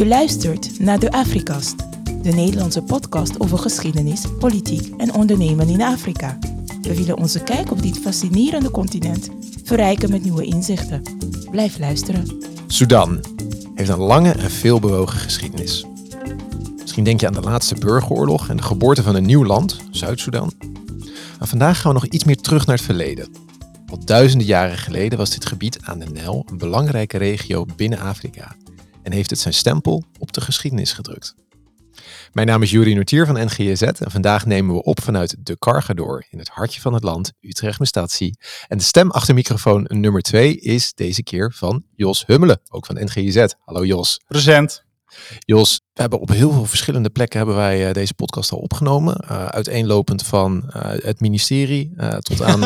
Je luistert naar de Afrikast, de Nederlandse podcast over geschiedenis, politiek en ondernemen in Afrika. We willen onze kijk op dit fascinerende continent verrijken met nieuwe inzichten. Blijf luisteren. Sudan heeft een lange en veelbewogen geschiedenis. Misschien denk je aan de laatste burgeroorlog en de geboorte van een nieuw land, Zuid-Soedan. Maar vandaag gaan we nog iets meer terug naar het verleden. Al duizenden jaren geleden was dit gebied aan de Nijl een belangrijke regio binnen Afrika en heeft het zijn stempel op de geschiedenis gedrukt. Mijn naam is Juri Nortier van NGZ en vandaag nemen we op vanuit de Cargador in het hartje van het land, Utrecht Mestatie. En de stem achter microfoon nummer 2 is deze keer van Jos Hummelen, ook van NGZ. Hallo Jos. Present. Jos, we hebben op heel veel verschillende plekken hebben wij deze podcast al opgenomen. Uiteenlopend van het ministerie tot aan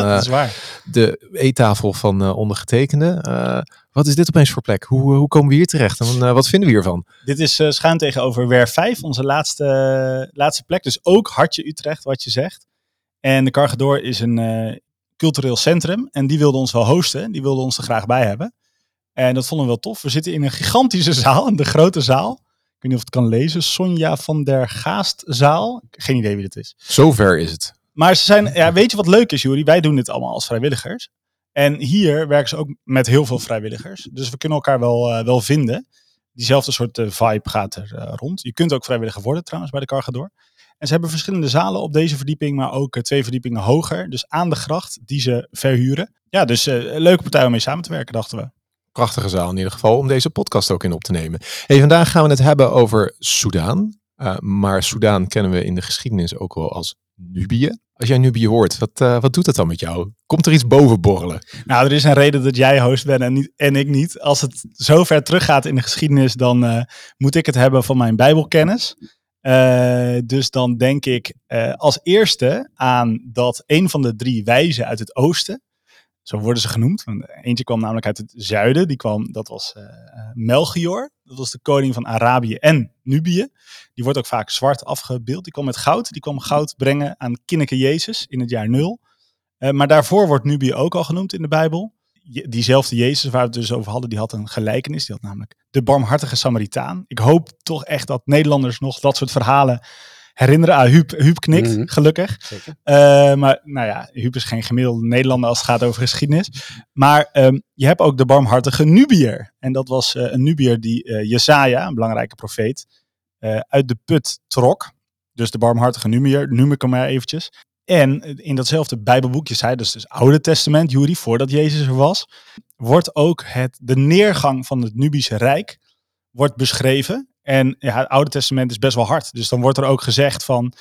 de eettafel van ondergetekende. Wat is dit opeens voor plek? Hoe komen we hier terecht en wat vinden we hiervan? Dit is schuin tegenover Werf 5, onze laatste plek. Dus ook hartje Utrecht, wat je zegt. En de Cargador is een cultureel centrum en die wilde ons wel hosten. Die wilde ons er graag bij hebben. En dat vonden we wel tof. We zitten in een gigantische zaal, de grote zaal. Ik weet niet of ik het kan lezen. Sonja van der Gaastzaal. Geen idee wie dit is. Zover is het. Maar ze zijn, weet je wat leuk is, Juri? Wij doen dit allemaal als vrijwilligers. En hier werken ze ook met heel veel vrijwilligers. Dus we kunnen elkaar wel vinden. Diezelfde soort vibe gaat er rond. Je kunt ook vrijwilliger worden trouwens bij de Cargador. En ze hebben verschillende zalen op deze verdieping, maar ook 2 verdiepingen hoger. Dus aan de gracht die ze verhuren. Ja, dus een leuke partij om mee samen te werken, dachten we. Prachtige zaal in ieder geval om deze podcast ook in op te nemen. Vandaag gaan we het hebben over Sudan. Maar Sudan kennen we in de geschiedenis ook wel als Nubië. Als jij Nubië hoort, wat doet dat dan met jou? Komt er iets boven borrelen? Nou, er is een reden dat jij host bent en ik niet. Als het zo ver teruggaat in de geschiedenis, dan moet ik het hebben van mijn Bijbelkennis. Dus dan denk ik als eerste aan dat een van de 3 wijzen uit het oosten, zo worden ze genoemd. Want eentje kwam namelijk uit het zuiden. Dat was Melchior. Dat was de koning van Arabië en Nubië. Die wordt ook vaak zwart afgebeeld. Die kwam met goud. Die kwam goud brengen aan Kinneke Jezus in het jaar 0. Maar daarvoor wordt Nubië ook al genoemd in de Bijbel. Diezelfde Jezus waar we het dus over hadden, die had een gelijkenis. Die had namelijk de barmhartige Samaritaan. Ik hoop toch echt dat Nederlanders nog dat soort verhalen herinneren. Huub knikt, gelukkig. Zeker. Maar nou ja, Huub is geen gemiddelde Nederlander als het gaat over geschiedenis. Maar je hebt ook de barmhartige Nubiër. En dat was een Nubiër die Jesaja, een belangrijke profeet, uit de put trok. Dus de barmhartige Nubiër, noem ik hem maar eventjes. En in datzelfde Bijbelboek, Jesaja, dus het Oude Testament, Juri, voordat Jezus er was, wordt ook de neergang van het Nubische Rijk wordt beschreven. En ja, het Oude Testament is best wel hard. Dus dan wordt er ook gezegd van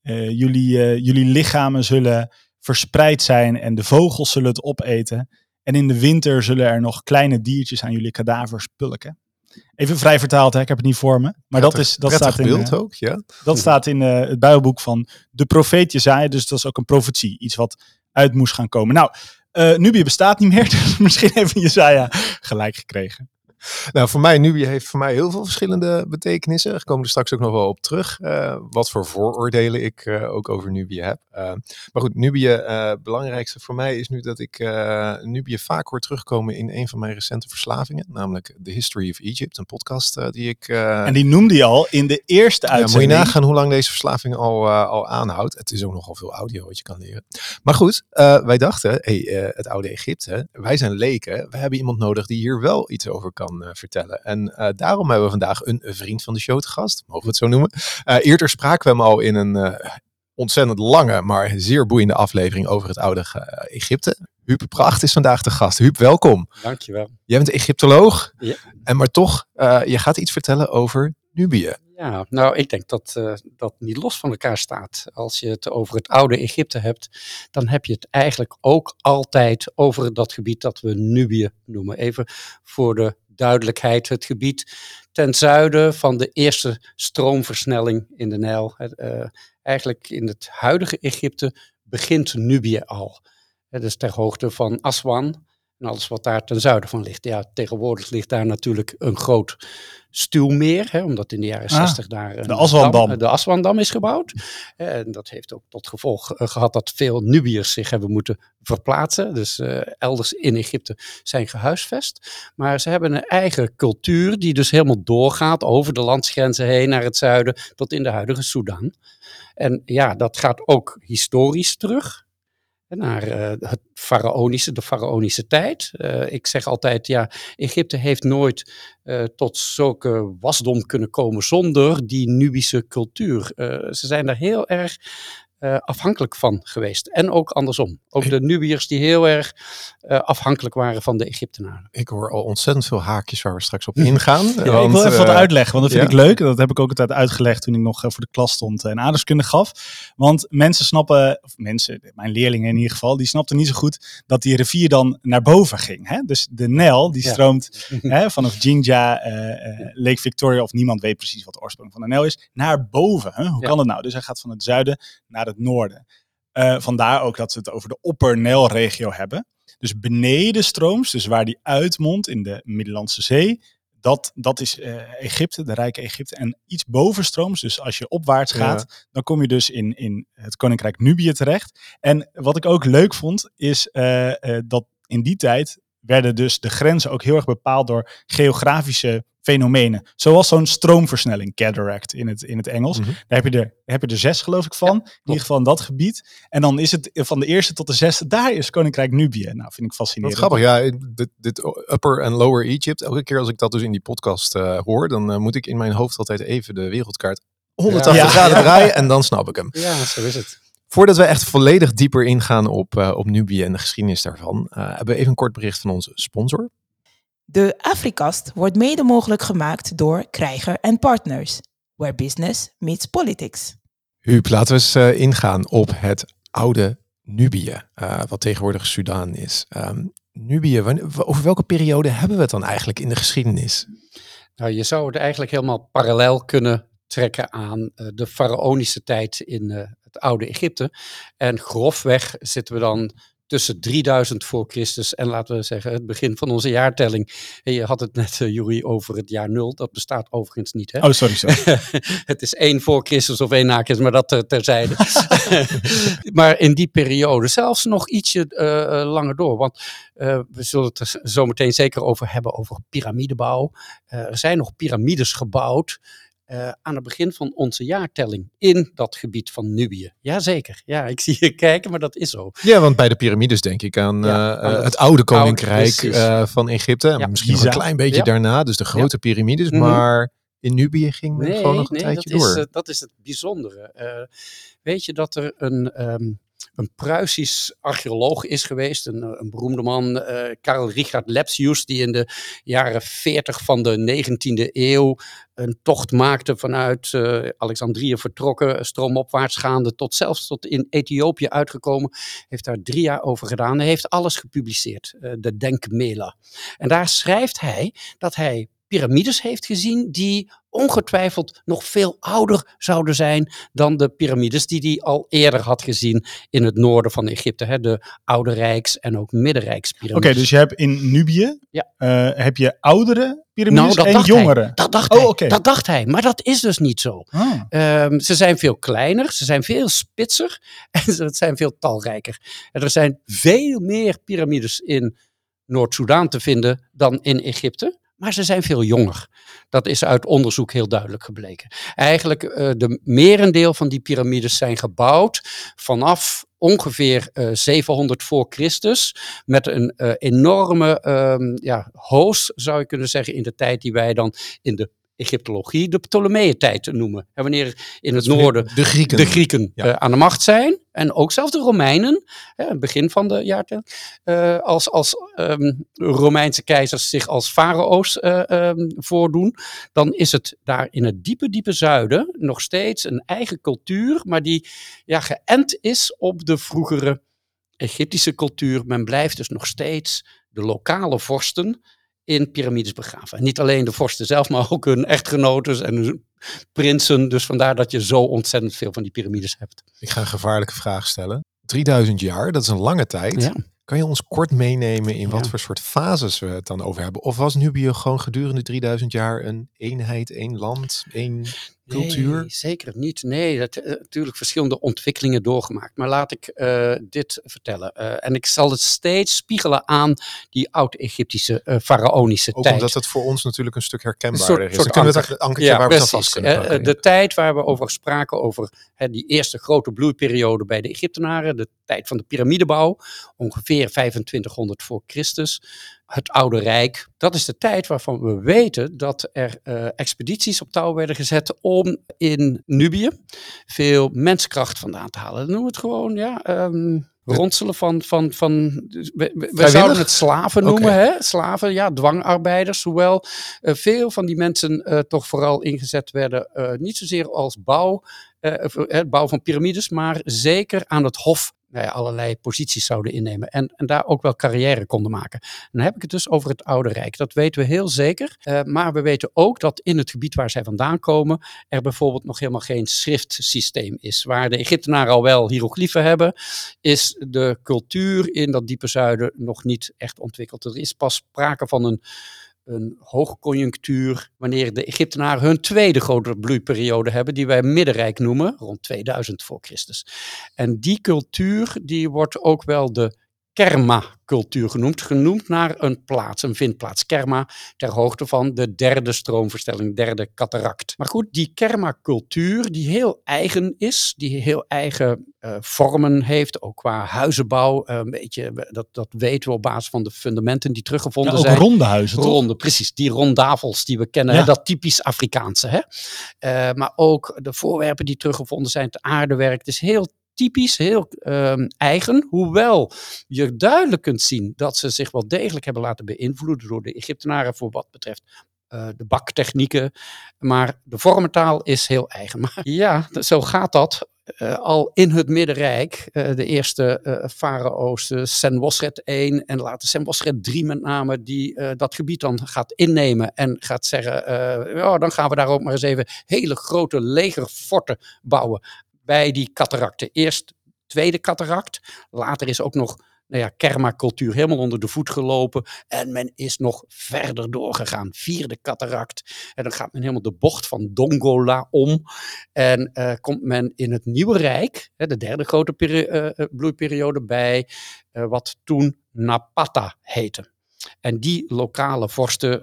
jullie lichamen zullen verspreid zijn en de vogels zullen het opeten. En in de winter zullen er nog kleine diertjes aan jullie kadavers pulken. Even vrij vertaald, hè? Ik heb het niet voor me. Maar dat staat in beeld ook, ja. Dat staat in het Bijbelboek van de profeet Jesaja. Dus dat is ook een profetie. Iets wat uit moest gaan komen. Nou, Nubië bestaat niet meer. Dus misschien heeft Jesaja gelijk gekregen. Nou, Nubië heeft voor mij heel veel verschillende betekenissen. Daar komen we straks ook nog wel op terug. Wat voor vooroordelen ik ook over Nubië heb. Maar goed, Nubië, het belangrijkste voor mij is nu dat ik Nubië vaak hoor terugkomen in een van mijn recente verslavingen. Namelijk The History of Egypt, een podcast die ik... En die noemde je al in de eerste uitzending. Moet je nagaan hoe lang deze verslaving al aanhoudt. Het is ook nogal veel audio wat je kan leren. Maar goed, wij dachten, het oude Egypte, wij zijn leken. We hebben iemand nodig die hier wel iets over kan vertellen. En daarom hebben we vandaag een vriend van de show te gast, mogen we het zo noemen. Eerder spraken we hem al in een ontzettend lange, maar zeer boeiende aflevering over het oude Egypte. Huub Pracht is vandaag de gast. Huub, welkom. Dankjewel. Jij bent Egyptoloog, ja. Maar toch, je gaat iets vertellen over Nubië. Ja, nou, ik denk dat dat niet los van elkaar staat. Als je het over het oude Egypte hebt, dan heb je het eigenlijk ook altijd over dat gebied dat we Nubië noemen. Even voor de duidelijkheid, het gebied ten zuiden van de eerste stroomversnelling in de Nijl. Eigenlijk in het huidige Egypte begint Nubië al. Dus ter hoogte van Aswan. en alles wat daar ten zuiden van ligt. Ja, tegenwoordig ligt daar natuurlijk een groot stuwmeer, hè, omdat in de jaren 60 daar de Aswandam. De Aswandam is gebouwd. En dat heeft ook tot gevolg gehad dat veel Nubiërs zich hebben moeten verplaatsen. Dus elders in Egypte zijn gehuisvest. Maar ze hebben een eigen cultuur die dus helemaal doorgaat over de landsgrenzen heen naar het zuiden tot in de huidige Soedan. En ja, dat gaat ook historisch terug naar de faraonische tijd. Ik zeg altijd, ja, Egypte heeft nooit tot zulke wasdom kunnen komen zonder die Nubische cultuur. Ze zijn daar heel erg afhankelijk van geweest. En ook andersom. Ook de Nubiërs die heel erg afhankelijk waren van de Egyptenaren. Ik hoor al ontzettend veel haakjes waar we straks op ingaan. Ja, ik wil even wat uitleggen, want dat vind ik leuk. Dat heb ik ook altijd uitgelegd toen ik nog voor de klas stond en aardrijkskunde gaf. Want mijn leerlingen in ieder geval, die snapten niet zo goed dat die rivier dan naar boven ging. Hè? Dus de Nijl, die stroomt vanaf Jinja, Lake Victoria, of niemand weet precies wat de oorsprong van de Nijl is, naar boven. Hè? Hoe kan dat nou? Dus hij gaat van het zuiden naar het noorden. Vandaar ook dat ze het over de Opper-Nijl-regio hebben. Dus benedenstrooms, dus waar die uitmondt in de Middellandse Zee, dat is Egypte, de rijke Egypte. En iets bovenstrooms, dus als je opwaarts gaat, dan kom je dus in het Koninkrijk Nubië terecht. En wat ik ook leuk vond, is dat in die tijd werden dus de grenzen ook heel erg bepaald door geografische fenomenen. Zoals zo'n stroomversnelling, cataract in het Engels. Mm-hmm. Daar heb je er 6 geloof ik van. In ieder geval in dat gebied. En dan is het van de eerste tot de 6e, daar is Koninkrijk Nubië. Nou, vind ik fascinerend. Wat grappig, ja. Dit Upper en Lower Egypt. Elke keer als ik dat dus in die podcast hoor, dan moet ik in mijn hoofd altijd even de wereldkaart 180 graden draaien en dan snap ik hem. Ja, zo is het. Voordat we echt volledig dieper ingaan op Nubië en de geschiedenis daarvan, hebben we even een kort bericht van onze sponsor. De Afrikast wordt mede mogelijk gemaakt door Krijger en Partners, where business meets politics. Huub, laten we eens ingaan op het oude Nubië, wat tegenwoordig Soedan is. Nubië, over welke periode hebben we het dan eigenlijk in de geschiedenis? Nou, je zou het eigenlijk helemaal parallel kunnen trekken aan de faraonische tijd in het oude Egypte. En grofweg zitten we dan tussen 3000 voor Christus en laten we zeggen het begin van onze jaartelling. En je had het net, Juri, over het jaar 0. Dat bestaat overigens niet. Hè? Oh, sorry. Het is 1 voor Christus of 1 na Christus, maar dat terzijde. Maar in die periode zelfs nog ietsje langer door. Want we zullen het er zo meteen zeker over hebben, over piramidebouw. Er zijn nog piramides gebouwd aan het begin van onze jaartelling in dat gebied van Nubië. Jazeker, ja, ik zie je kijken, maar dat is zo. Ja, want bij de piramides denk ik aan het oude koninkrijk van Egypte. Ja, misschien nog een klein beetje daarna, dus de grote piramides. Maar in Nubië ging men gewoon nog een tijdje door. Dat is het bijzondere. Weet je dat er een Pruisisch archeoloog is geweest, een beroemde man, Karl Richard Lepsius, die in de jaren 40 van de 19e eeuw een tocht maakte vanuit Alexandrië vertrokken, stroomopwaarts gaande, zelfs tot in Ethiopië uitgekomen, heeft daar 3 jaar over gedaan. Hij heeft alles gepubliceerd, de Denkmäler. En daar schrijft hij dat hij piramides heeft gezien die ongetwijfeld nog veel ouder zouden zijn dan de piramides die hij al eerder had gezien in het noorden van Egypte. Hè, de Oude Rijks- en ook Middenrijkspyramides. Oké, dus je hebt in Nubië heb je oudere piramides en jongere. Dat dacht hij, maar dat is dus niet zo. Ze zijn veel kleiner, ze zijn veel spitser en ze zijn veel talrijker. En er zijn veel meer piramides in Noord-Soedan te vinden dan in Egypte. Maar ze zijn veel jonger. Dat is uit onderzoek heel duidelijk gebleken. Eigenlijk de merendeel van die piramides zijn gebouwd vanaf ongeveer 700 voor Christus. Met een enorme hoos, zou je kunnen zeggen, in de tijd die wij dan in de Egyptologie de Ptolemeeëntijd noemen. En wanneer in het noorden de Grieken aan de macht zijn. En ook zelfs de Romeinen, begin van de jaartelling, als Romeinse keizers zich als farao's voordoen, dan is het daar in het diepe zuiden nog steeds een eigen cultuur, maar die geënt is op de vroegere Egyptische cultuur. Men blijft dus nog steeds de lokale vorsten in piramides begraven. En niet alleen de vorsten zelf, maar ook hun echtgenoten en hun prinsen. Dus vandaar dat je zo ontzettend veel van die piramides hebt. Ik ga een gevaarlijke vraag stellen. 3000 jaar, dat is een lange tijd. Ja. Kan je ons kort meenemen in wat Ja. voor soort fases we het dan over hebben? Of was Nubië gewoon gedurende 3000 jaar een eenheid, één land, één cultuur? Nee, zeker niet. Nee, natuurlijk verschillende ontwikkelingen doorgemaakt. Maar laat ik dit vertellen. En ik zal het steeds spiegelen aan die oud-Egyptische faraonische Ook tijd. omdat het voor ons natuurlijk een stuk herkenbaarder Een is. Dan soort kunnen we anker. het ankertje waar we het aan vast kunnen pakken. De tijd waar we over spraken, over die eerste grote bloeiperiode bij de Egyptenaren, de tijd van de piramidebouw, ongeveer 2500 voor Christus, het Oude Rijk. Dat is de tijd waarvan we weten dat er expedities op touw werden gezet om in Nubië veel menskracht vandaan te halen. Dan noemen we het gewoon, ronselen van we zouden het slaven noemen, Oké. hè? Slaven, ja, dwangarbeiders. Hoewel veel van die mensen toch vooral ingezet werden, niet zozeer als het bouw van piramides, maar zeker aan het hof allerlei posities zouden innemen en daar ook wel carrière konden maken. En dan heb ik het dus over het Oude Rijk. Dat weten we heel zeker. Maar we weten ook dat in het gebied waar zij vandaan komen er bijvoorbeeld nog helemaal geen schriftsysteem is. Waar de Egyptenaren al wel hiërogliefen hebben, is de cultuur in dat diepe zuiden nog niet echt ontwikkeld. Er is pas sprake van een hoogconjunctuur wanneer de Egyptenaren hun tweede grote bloeiperiode hebben, die wij Middenrijk noemen, rond 2000 voor Christus. En die cultuur, die wordt ook wel de Kerma-cultuur genoemd naar een plaats, een vindplaats. Kerma, ter hoogte van de derde stroomverstelling, derde cataract. Maar goed, die Kerma-cultuur, die heel eigen is, die heel eigen vormen heeft, ook qua huizenbouw, een beetje, dat weten we op basis van de fundamenten die teruggevonden ook zijn. ronde huizen, toch? Ronde, precies. Die rondavels die we kennen, Ja. hè, dat typisch Afrikaanse. Hè? Maar ook de voorwerpen die teruggevonden zijn, het aardewerk. Het is heel typisch, heel eigen. Hoewel je duidelijk kunt zien dat ze zich wel degelijk hebben laten beïnvloeden door de Egyptenaren voor wat betreft de baktechnieken. Maar de vormentaal is heel eigen. Maar ja, zo gaat dat. Al in het Middenrijk, de eerste farao's, Senwosret I en later Senwosret III met name, die dat gebied dan gaat innemen en gaat zeggen, dan gaan we daar ook maar eens even hele grote legerforten bouwen bij die cataracten. Eerst tweede cataract, later is ook nog Kerma-cultuur helemaal onder de voet gelopen. En men is nog verder doorgegaan. Vierde cataract. En dan gaat men helemaal de bocht van Dongola om. En komt men in het Nieuwe Rijk, de derde grote bloeiperiode, bij wat toen Napata heette. En die lokale vorsten,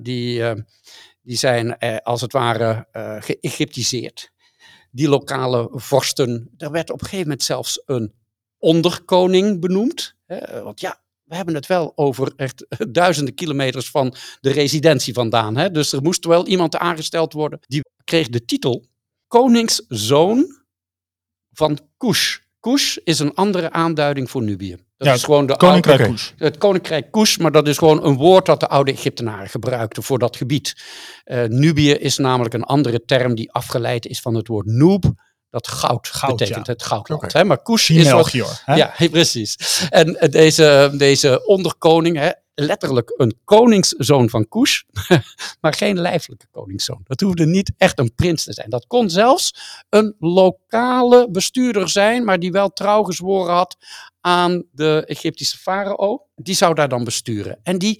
die zijn als het ware geëgyptiseerd. Die lokale vorsten, er werd op een gegeven moment zelfs een onderkoning benoemd. Want ja, we hebben het wel over echt duizenden kilometers van de residentie vandaan. Hè? Dus er moest wel iemand aangesteld worden. Die kreeg de titel koningszoon van Kush. Kush is een andere aanduiding voor Nubië. Dat is gewoon Koninkrijk Kush. Het Koninkrijk Kush, maar dat is gewoon een woord dat de oude Egyptenaren gebruikten voor dat gebied. Nubië is namelijk een andere term die afgeleid is van het woord Noob. Dat goud betekent, het goudland. Okay. Hè? Maar Kush is Melchior. Ja, precies. En deze onderkoning, letterlijk een koningszoon van Kush, maar geen lijfelijke koningszoon. Dat hoefde niet echt een prins te zijn. Dat kon zelfs een lokale bestuurder zijn, maar die wel trouw gezworen had aan de Egyptische farao. Die zou daar dan besturen. En die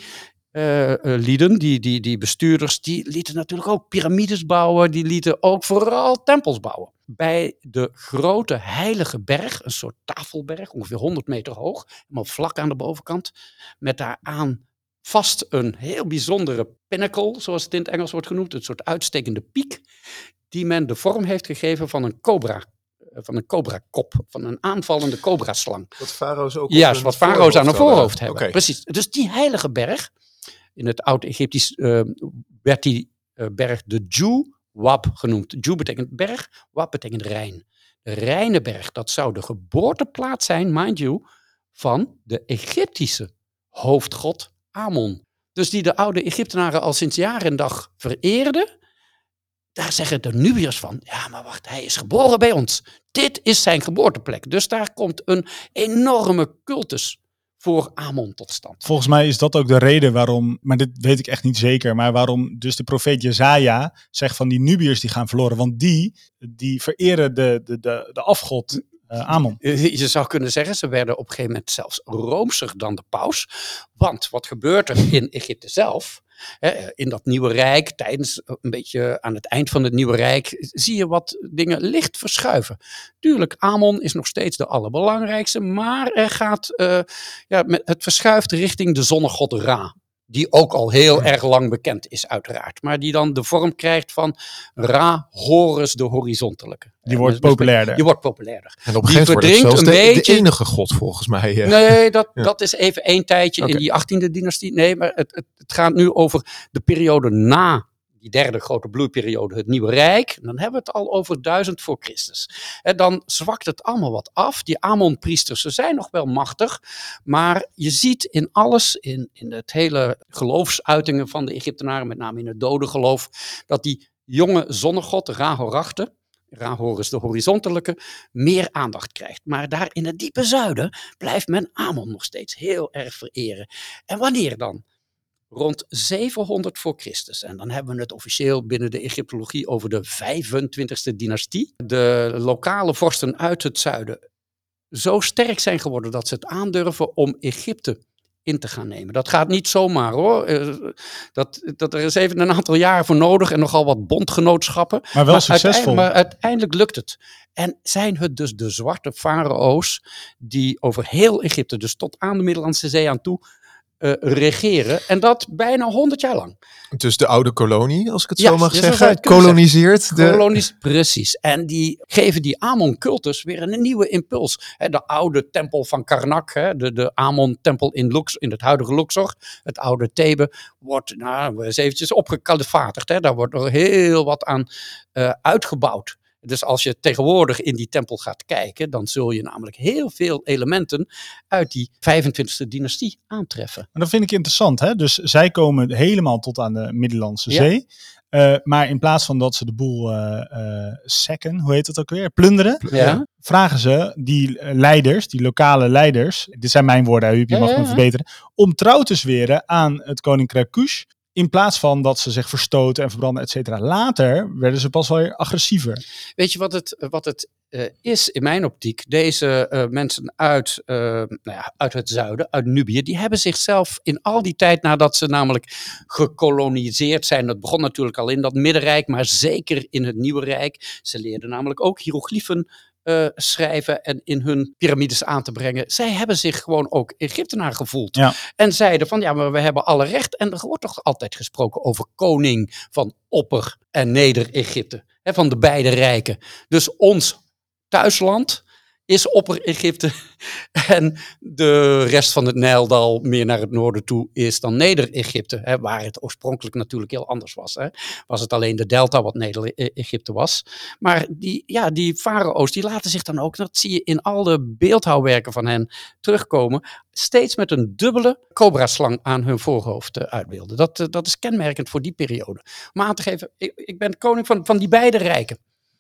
lieden, die bestuurders, die lieten natuurlijk ook piramides bouwen. Die lieten ook vooral tempels bouwen. Bij de grote heilige berg, een soort tafelberg, ongeveer 100 meter hoog, helemaal vlak aan de bovenkant, met daaraan vast een heel bijzondere pinnacle, zoals het in het Engels wordt genoemd, een soort uitstekende piek, die men de vorm heeft gegeven van een cobra. Van een cobrakop, van een aanvallende cobraslang. Wat farao's ook Juist, wat farao's aan hun voorhoofd hebben. Okay. Precies. Dus die heilige berg, in het Oud-Egyptisch werd die berg de Djou-Wab genoemd. Djou betekent berg, Wab betekent Rijn. De Rijnenberg, dat zou de geboorteplaats zijn, mind you, van de Egyptische hoofdgod Amon. Dus die de oude Egyptenaren al sinds jaar en dag vereerden. Daar zeggen de Nubiërs van, ja maar wacht, hij is geboren bij ons. Dit is zijn geboorteplek. Dus daar komt een enorme cultus voor Amon tot stand. Volgens mij is dat ook de reden waarom, maar dit weet ik echt niet zeker, maar waarom dus de profeet Jesaja zegt van die Nubiërs die gaan verloren. Want die vereren de afgod Amon. Je zou kunnen zeggen, ze werden op een gegeven moment zelfs roomser dan de paus. Want wat gebeurt er in Egypte zelf? In dat nieuwe rijk, een beetje aan het eind van het nieuwe rijk, zie je wat dingen licht verschuiven. Tuurlijk, Amon is nog steeds de allerbelangrijkste, maar er gaat, het verschuift richting de zonnegod Ra. Die ook al heel erg lang bekend is uiteraard. Maar die dan de vorm krijgt van Ra Horus de horizontelijke. Die wordt populairder. Die wordt populairder. En op een gegeven moment wordt het zelfs de enige god volgens mij. Nee, dat is even één tijdje in die 18e dynastie. Nee, maar het gaat nu over de periode na die derde grote bloeiperiode, het Nieuwe Rijk. En dan hebben we het al over 1000 voor Christus. En dan zwakt het allemaal wat af. Die Amon-priesters, ze zijn nog wel machtig. Maar je ziet in alles, in het hele geloofsuitingen van de Egyptenaren, met name in het dodengeloof, dat die jonge zonnegod, Ra-Horachte, Ra-Horus de horizontelijke, meer aandacht krijgt. Maar daar in het diepe zuiden blijft men Amon nog steeds heel erg vereren. En wanneer dan? Rond 700 voor Christus. En dan hebben we het officieel binnen de Egyptologie over de 25e dynastie. De lokale vorsten uit het zuiden zo sterk zijn geworden dat ze het aandurven om Egypte in te gaan nemen. Dat gaat niet zomaar hoor. Er is even een aantal jaar voor nodig en nogal wat bondgenootschappen. Maar wel succesvol. Maar uiteindelijk lukt het. En zijn het dus de zwarte farao's die over heel Egypte, dus tot aan de Middellandse Zee aan toe, regeren. En dat bijna 100 jaar lang. Dus de oude kolonie, als ik het zo mag zeggen, koloniseert. Precies. En die geven die Amon-cultus weer een nieuwe impuls. De oude tempel van Karnak, de Amon-tempel in het huidige Luxor, het oude Thebe, wordt eens eventjes opgekalifatigd. Daar wordt er heel wat aan uitgebouwd. Dus als je tegenwoordig in die tempel gaat kijken, dan zul je namelijk heel veel elementen uit die 25e dynastie aantreffen. En dat vind ik interessant. Hè? Dus zij komen helemaal tot aan de Middellandse Zee. Maar in plaats van dat ze de boel sacken, hoe heet het ook weer, plunderen, vragen ze die leiders, die lokale leiders, dit zijn mijn woorden, u mag me verbeteren, om trouw te zweren aan het koninkrijk Kush. In plaats van dat ze zich verstoten en verbranden, et cetera. Later werden ze pas wel weer agressiever. Weet je wat het is in mijn optiek? Deze mensen uit het zuiden, uit Nubië, die hebben zichzelf in al die tijd nadat ze namelijk gekoloniseerd zijn. Dat begon natuurlijk al in dat Middenrijk, maar zeker in het Nieuwe Rijk. Ze leerden namelijk ook hiërogliefen schrijven en in hun piramides aan te brengen. Zij hebben zich gewoon ook Egyptenaar gevoeld. Ja. En zeiden van, maar we hebben alle recht. En er wordt toch altijd gesproken over koning van Opper- en Neder-Egypte. Van de beide rijken. Dus ons thuisland is Opper-Egypte en de rest van het Nijldal meer naar het noorden toe is dan Neder-Egypte, waar het oorspronkelijk natuurlijk heel anders was. Was het alleen de delta wat Neder-Egypte was. Maar die farao's die laten zich dan ook, dat zie je in al de beeldhouwwerken van hen terugkomen, steeds met een dubbele cobra-slang aan hun voorhoofd uitbeelden. Dat is kenmerkend voor die periode. Om aan te geven, ik ben koning van die beide rijken.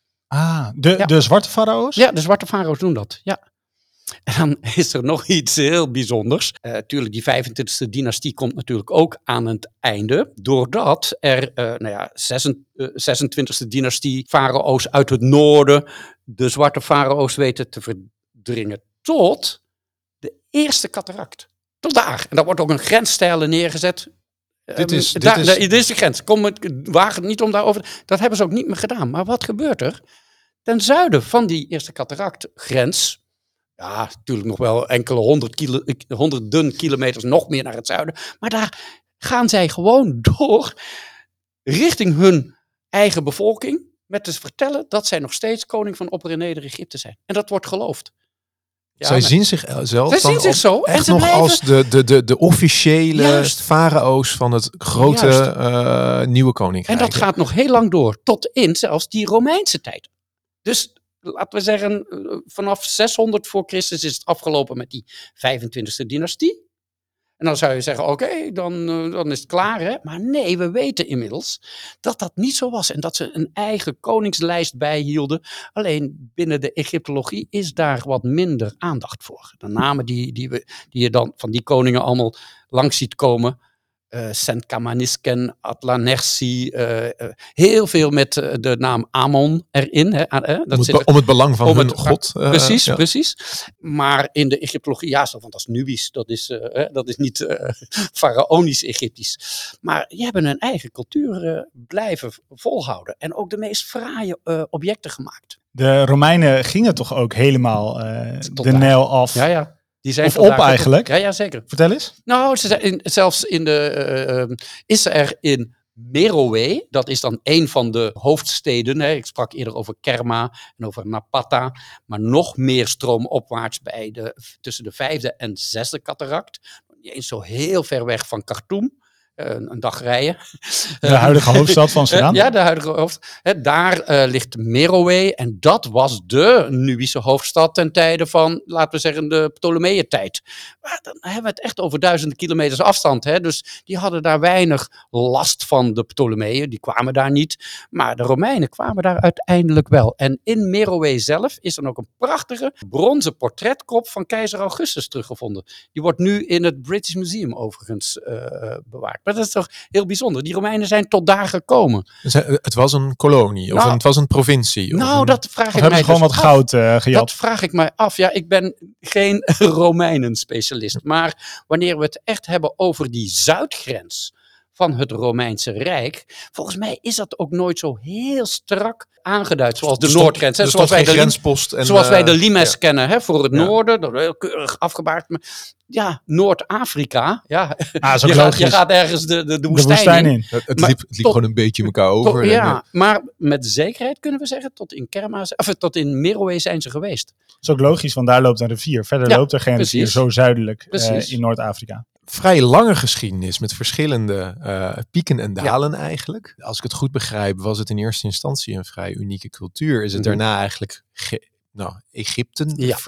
De zwarte farao's? Ja, de zwarte farao's doen dat, ja. En dan is er nog iets heel bijzonders. Tuurlijk, die 25e dynastie komt natuurlijk ook aan het einde. Doordat er 26e dynastie farao's uit het noorden de zwarte farao's weten te verdringen tot de eerste cataract. Tot daar. En daar wordt ook een grensstijl neergezet. Dit is de grens. Waag het niet om daarover. Dat hebben ze ook niet meer gedaan. Maar wat gebeurt er? Ten zuiden van die eerste cataractgrens, natuurlijk nog wel enkele honderden kilometers nog meer naar het zuiden, maar daar gaan zij gewoon door richting hun eigen bevolking met te vertellen dat zij nog steeds koning van Opper- en Neder-Egypte zijn. En dat wordt geloofd. Zij zien zichzelf zien zich zo. Echt nog als de officiële farao's van het grote nieuwe koninkrijk. En dat gaat nog heel lang door, tot in zelfs die Romeinse tijd. Dus laten we zeggen, vanaf 600 voor Christus is het afgelopen met die 25e dynastie. En dan zou je zeggen, oké, dan is het klaar. Hè? Maar nee, we weten inmiddels dat dat niet zo was. En dat ze een eigen koningslijst bijhielden. Alleen binnen de Egyptologie is daar wat minder aandacht voor. De namen die je dan van die koningen allemaal langs ziet komen, Sint-Kamanisken, Atlanersi, heel veel met de naam Amon erin. Hè. Om het belang van hun god. Precies. Maar in de Egyptologie, want dat is Nubisch, dat is niet faraonisch Egyptisch. Maar die hebben hun eigen cultuur blijven volhouden. En ook de meest fraaie objecten gemaakt. De Romeinen gingen toch ook helemaal de Nijl af? Ja. Die zijn of op eigenlijk? Ja, zeker. Vertel eens. Nou, zelfs is er in Meroe, dat is dan een van de hoofdsteden. Hè. Ik sprak eerder over Kerma en over Napata. Maar nog meer stroomopwaarts tussen de 5e en 6e cataract. Niet eens zo heel ver weg van Khartoum. Een dag rijden. De huidige hoofdstad van Sudan. Ja, de huidige hoofdstad. Daar ligt Meroe en dat was de Nubische hoofdstad ten tijde van, laten we zeggen, de Ptolemeeëntijd. Maar dan hebben we het echt over duizenden kilometers afstand. Hè? Dus die hadden daar weinig last van de Ptolemeeën. Die kwamen daar niet. Maar de Romeinen kwamen daar uiteindelijk wel. En in Meroe zelf is er ook een prachtige bronzen portretkop van keizer Augustus teruggevonden. Die wordt nu in het British Museum overigens bewaard. Maar dat is toch heel bijzonder. Die Romeinen zijn tot daar gekomen. Het was een kolonie of het was een provincie? Dat vraag ik mij hebben ze gewoon wat goud gejat? Dat vraag ik mij af. Ja, ik ben geen Romeinen-specialist. Maar wanneer we het echt hebben over die zuidgrens van het Romeinse Rijk, volgens mij is dat ook nooit zo heel strak aangeduid zoals de noordgrens. Hè? Zoals wij de limes kennen, hè? Voor het noorden, dat heel keurig afgebaard. Ja, Noord-Afrika. Ja. Je gaat ergens de woestijn in. Het liep gewoon een beetje elkaar over. Maar met zekerheid kunnen we zeggen, tot in Meroe zijn ze geweest. Dat is ook logisch, want daar loopt een rivier. Verder loopt er geen rivier zo zuidelijk in Noord-Afrika. Vrij lange geschiedenis met verschillende pieken en dalen eigenlijk. Als ik het goed begrijp, was het in eerste instantie een vrij unieke cultuur. Is het daarna eigenlijk Egypten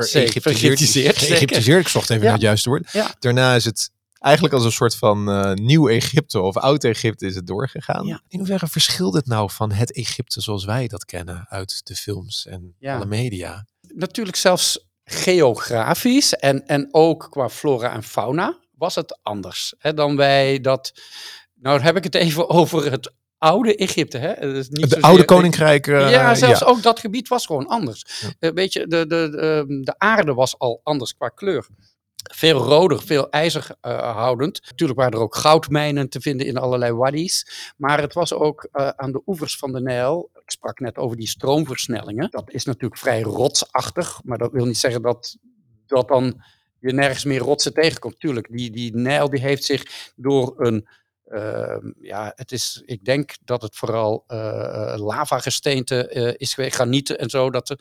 geëgyptiseerd. Ik zocht even naar het juiste woord. Ja. Daarna is het eigenlijk als een soort van nieuw Egypte of oud Egypte is het doorgegaan. Ja. In hoeverre verschilt het nou van het Egypte zoals wij dat kennen uit de films en alle media? Natuurlijk zelfs geografisch en ook qua flora en fauna was het anders dan wij dat. Nou heb ik het even over het oude Egypte. Hè? Dus niet het oude koninkrijk. Ook dat gebied was gewoon anders. Ja. Weet je, de aarde was al anders qua kleur. Veel roder, veel ijzerhoudend. Natuurlijk waren er ook goudmijnen te vinden in allerlei wadis. Maar het was ook aan de oevers van de Nijl. Ik sprak net over die stroomversnellingen. Dat is natuurlijk vrij rotsachtig. Maar dat wil niet zeggen dat dan je nergens meer rotsen tegenkomt. Tuurlijk, die Nijl die heeft zich door een ik denk dat het vooral lavagesteente is geweest, granieten en zo, dat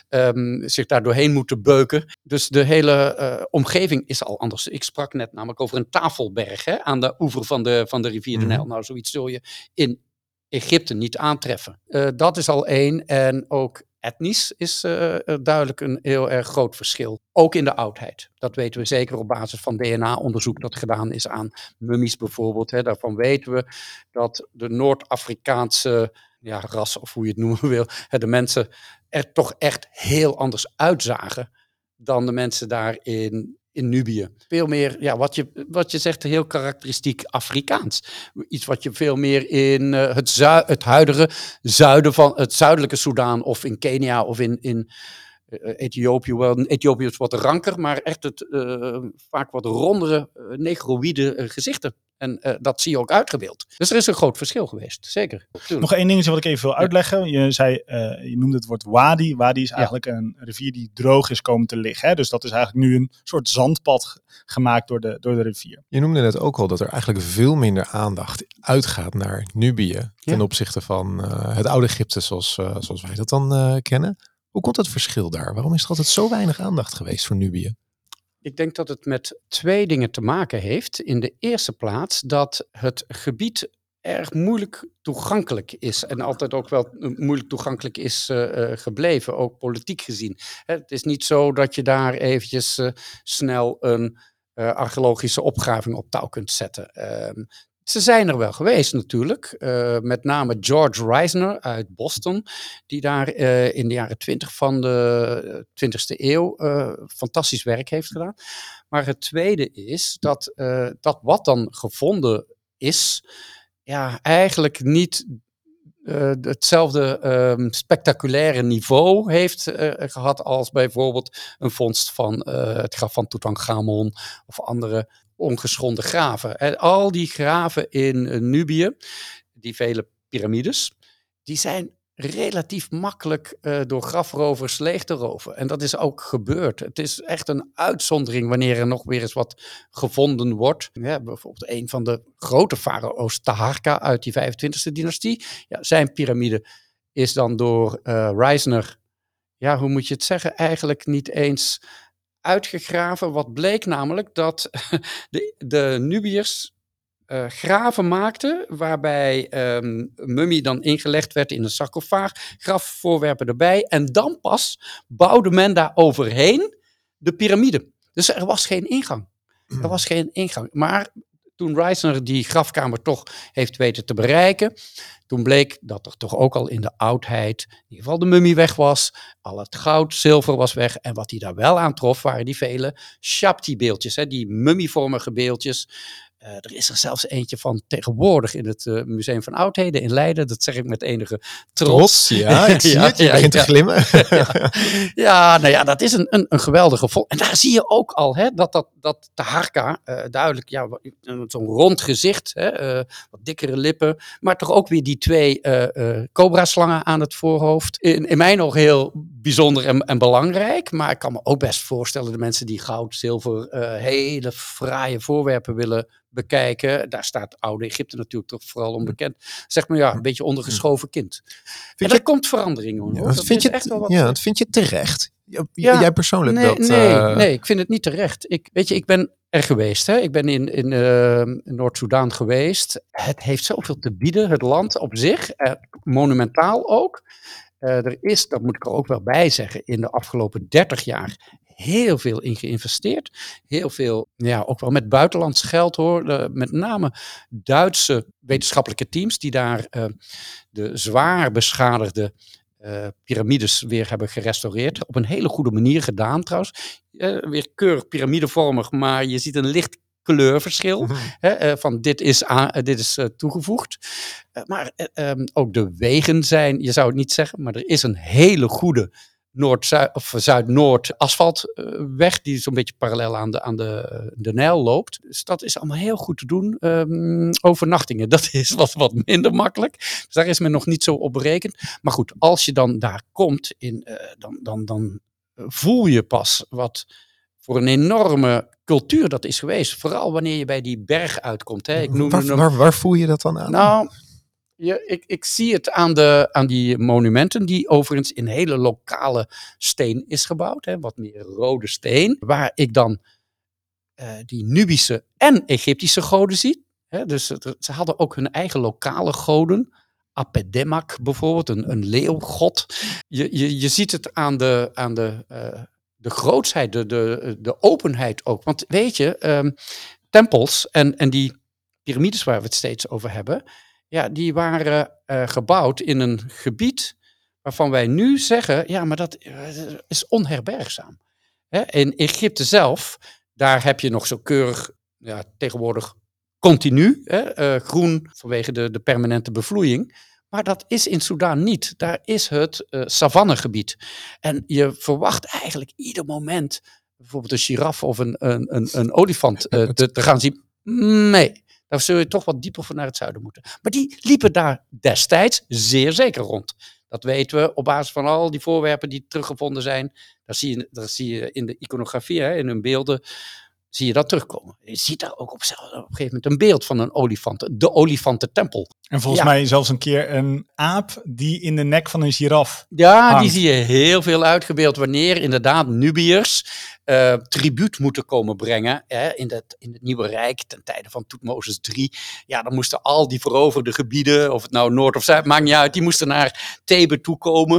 ze zich daar doorheen moeten beuken. Dus de hele omgeving is al anders. Ik sprak net namelijk over een tafelberg aan de oever van de rivier de Nijl. Nou, zoiets zul je in Egypte niet aantreffen. Dat is al één. En ook etnisch is duidelijk een heel erg groot verschil. Ook in de oudheid. Dat weten we zeker op basis van DNA-onderzoek dat gedaan is aan mummies bijvoorbeeld. Hè. Daarvan weten we dat de Noord-Afrikaanse ras, of hoe je het noemen wil, de mensen er toch echt heel anders uitzagen dan de mensen daar in Nubië. Veel meer, wat je zegt, heel karakteristiek Afrikaans. Iets wat je veel meer in het huidige zuiden van het zuidelijke Soedan of in Kenia of in Ethiopië. Wel, Ethiopië is wat ranker, maar echt het vaak wat rondere, negroïde gezichten. En dat zie je ook uitgebeeld. Dus er is een groot verschil geweest, zeker. Tuurlijk. Nog één dingetje wat ik even wil uitleggen. Je zei, je noemde het woord wadi. Wadi is eigenlijk een rivier die droog is komen te liggen. Hè? Dus dat is eigenlijk nu een soort zandpad gemaakt door de rivier. Je noemde net ook al dat er eigenlijk veel minder aandacht uitgaat naar Nubië ten opzichte van het oude Egypte zoals wij dat dan kennen. Hoe komt dat verschil daar? Waarom is er altijd zo weinig aandacht geweest voor Nubië? Ik denk dat het met twee dingen te maken heeft. In de eerste plaats dat het gebied erg moeilijk toegankelijk is. En altijd ook wel moeilijk toegankelijk is gebleven, ook politiek gezien. Het is niet zo dat je daar eventjes snel een archeologische opgraving op touw kunt zetten. Ze zijn er wel geweest natuurlijk. Met name George Reisner uit Boston. Die daar in de jaren 20 van de 20e eeuw fantastisch werk heeft gedaan. Maar het tweede is dat wat dan gevonden is eigenlijk niet hetzelfde spectaculaire niveau heeft gehad als bijvoorbeeld een vondst van het graf van Tutankhamon of andere ongeschonden graven. En al die graven in Nubië, die vele piramides, die zijn relatief makkelijk door grafrovers leeg te roven. En dat is ook gebeurd. Het is echt een uitzondering wanneer er nog weer eens wat gevonden wordt. Ja, bijvoorbeeld een van de grote farao's, Taharqa uit die 25e dynastie. Ja, zijn piramide is dan door Reisner, hoe moet je het zeggen, eigenlijk niet eens uitgegraven. Wat bleek namelijk dat de Nubiërs graven maakten, waarbij mummie dan ingelegd werd in een sarcofaag, grafvoorwerpen erbij, en dan pas bouwde men daar overheen de piramide. Dus er was geen ingang. Er was geen ingang. Maar toen Reisner die grafkamer toch heeft weten te bereiken, toen bleek dat er toch ook al in de oudheid in ieder geval de mummie weg was, al het goud, zilver was weg, en wat hij daar wel aantrof waren die vele Shabti-beeldjes, die mummievormige beeldjes. Er is er zelfs eentje van tegenwoordig in het Museum van Oudheden in Leiden. Dat zeg ik met enige trots. Ja, ik zie het. Je begint te glimmen. Dat is een geweldige vol. En daar zie je ook al dat Taharqa duidelijk, zo'n rond gezicht, wat dikkere lippen, maar toch ook weer die 2 cobra-slangen aan het voorhoofd. In mijn ogen heel bijzonder en belangrijk, maar ik kan me ook best voorstellen de mensen die goud, zilver, hele fraaie voorwerpen willen bekijken. Daar staat oude Egypte natuurlijk toch vooral onbekend. Zeg maar een beetje ondergeschoven kind. En er komt verandering hoor. Dat vind je terecht? Jij persoonlijk? Nee, ik vind het niet terecht. Ik ben er geweest. Ik ben in Noord-Soedan geweest. Het heeft zoveel te bieden, het land op zich. Monumentaal ook. Er is, dat moet ik er ook wel bij zeggen, in de afgelopen 30 jaar heel veel in geïnvesteerd. Heel veel, ook wel met buitenlands geld hoor. Met name Duitse wetenschappelijke teams die daar de zwaar beschadigde piramides weer hebben gerestaureerd. Op een hele goede manier gedaan trouwens. Weer keurig piramidevormig, maar je ziet een licht kleurverschil. Van dit is toegevoegd. Maar ook de wegen zijn, je zou het niet zeggen, maar er is een hele goede Zuid-Noord asfaltweg die zo'n beetje parallel aan de Nijl loopt. Dus dat is allemaal heel goed te doen. Overnachtingen, dat is wat minder makkelijk. Dus daar is men nog niet zo op berekend. Maar goed, als je dan daar komt, dan voel je pas wat voor een enorme cultuur dat is geweest. Vooral wanneer je bij die berg uitkomt. Waar voel je dat dan aan? Nou, ik zie het aan die monumenten, die overigens in hele lokale steen is gebouwd. Wat meer rode steen. Waar ik dan die Nubische en Egyptische goden zie. Dus ze hadden ook hun eigen lokale goden. Apedemak bijvoorbeeld, een leeuwgod. Je ziet het aan de grootsheid, de openheid ook. Want weet je, tempels en die piramides waar we het steeds over hebben, die waren gebouwd in een gebied waarvan wij nu zeggen, maar dat is onherbergzaam. In Egypte zelf, daar heb je nog zo keurig, tegenwoordig continu, groen vanwege de permanente bevloeiing. Maar dat is in Soedan niet. Daar is het savannegebied. En je verwacht eigenlijk ieder moment bijvoorbeeld een giraf of een olifant te gaan zien. Nee, daar zul je toch wat dieper voor naar het zuiden moeten. Maar die liepen daar destijds zeer zeker rond. Dat weten we op basis van al die voorwerpen die teruggevonden zijn. Daar zie je in de iconografie, in hun beelden, zie je dat terugkomen. Je ziet daar ook op een gegeven moment een beeld van een olifant. De olifantentempel. En volgens mij zelfs een keer een aap die in de nek van een giraf hangt. Die zie je heel veel uitgebeeld wanneer inderdaad Nubiërs tribuut moeten komen brengen in het Nieuwe Rijk ten tijde van Toetmoses III. Ja, dan moesten al die veroverde gebieden, of het nou Noord of Zuid, maakt niet uit, die moesten naar Thebe toe komen.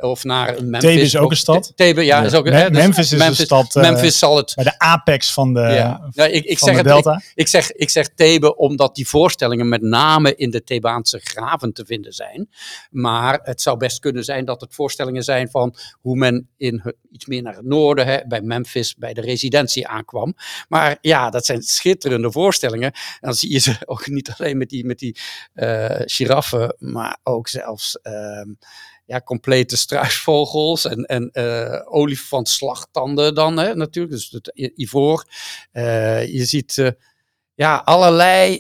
of naar Memphis. Thebe is ook een stad. Thebe, ja. Is ook, Memphis is een stad. Memphis zal het... Bij de apex van de, ik van zeg de delta. Ik zeg Thebe omdat die voorstellingen met name in de Thebaanse graven te vinden zijn. Maar het zou best kunnen zijn dat het voorstellingen zijn van hoe men iets meer naar het noorden, bij Memphis, bij de residentie aankwam. Maar ja, dat zijn schitterende voorstellingen. En dan zie je ze ook niet alleen met die giraffen, maar ook zelfs complete struisvogels en olifantslagtanden dan natuurlijk. Dus het ivoor. Je ziet allerlei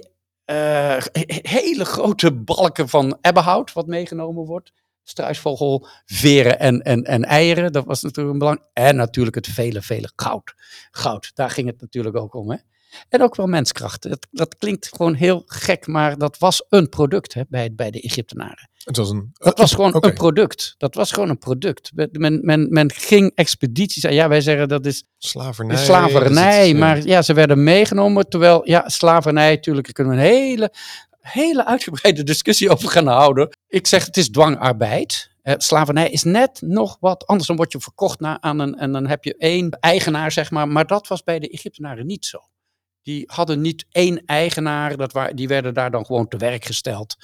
hele grote balken van ebbenhout wat meegenomen wordt. Struisvogel, veren en eieren, dat was natuurlijk een belang. En natuurlijk het vele goud. Goud, daar ging het natuurlijk ook om. Hè? En ook wel menskracht. Dat klinkt gewoon heel gek, maar dat was een product bij de Egyptenaren. Dat was gewoon een product. Dat was gewoon een product. Men ging expedities aan. Ja, wij zeggen dat is slavernij. Maar ja, ze werden meegenomen. Terwijl, slavernij, natuurlijk, daar kunnen we een hele uitgebreide discussie over gaan houden. Ik zeg, het is dwangarbeid. Slavernij is net nog wat anders. Dan word je verkocht en dan heb je één eigenaar, zeg maar. Maar dat was bij de Egyptenaren niet zo. Die hadden niet één eigenaar, die werden daar dan gewoon te werk gesteld.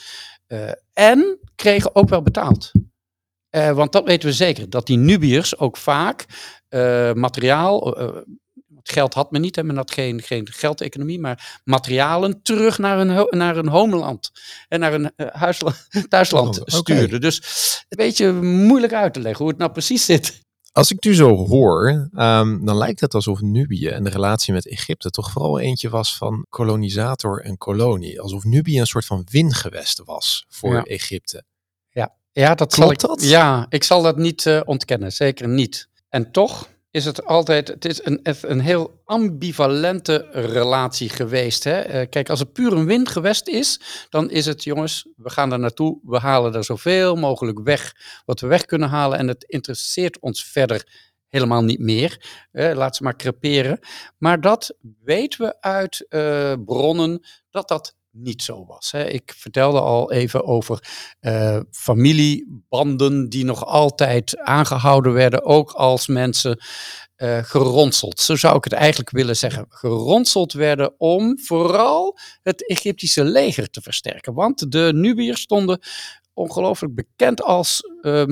En kregen ook wel betaald. Want dat weten we zeker, dat die Nubiërs ook vaak materiaal, geld had men niet, men had geen geldeconomie, maar materialen terug naar hun homeland en naar hun thuisland stuurden. Dus een beetje moeilijk uit te leggen hoe het nou precies zit. Als ik nu zo hoor, dan lijkt het alsof Nubië en de relatie met Egypte toch vooral eentje was van kolonisator en kolonie. Alsof Nubië een soort van wingewest was voor Egypte. Ja, dat klopt dat? Ja, ik zal dat niet ontkennen, zeker niet. En toch is het een heel ambivalente relatie geweest. Hè? Kijk, als het puur een windgewest is, dan is het, jongens, we gaan daar naartoe, we halen er zoveel mogelijk weg wat we weg kunnen halen en het interesseert ons verder helemaal niet meer. Laat ze maar creperen. Maar dat weten we uit bronnen dat niet zo was. Hè. Ik vertelde al even over familiebanden die nog altijd aangehouden werden, ook als mensen geronseld. Zo zou ik het eigenlijk willen zeggen. Geronseld werden om vooral het Egyptische leger te versterken. Want de Nubiërs stonden ongelooflijk bekend als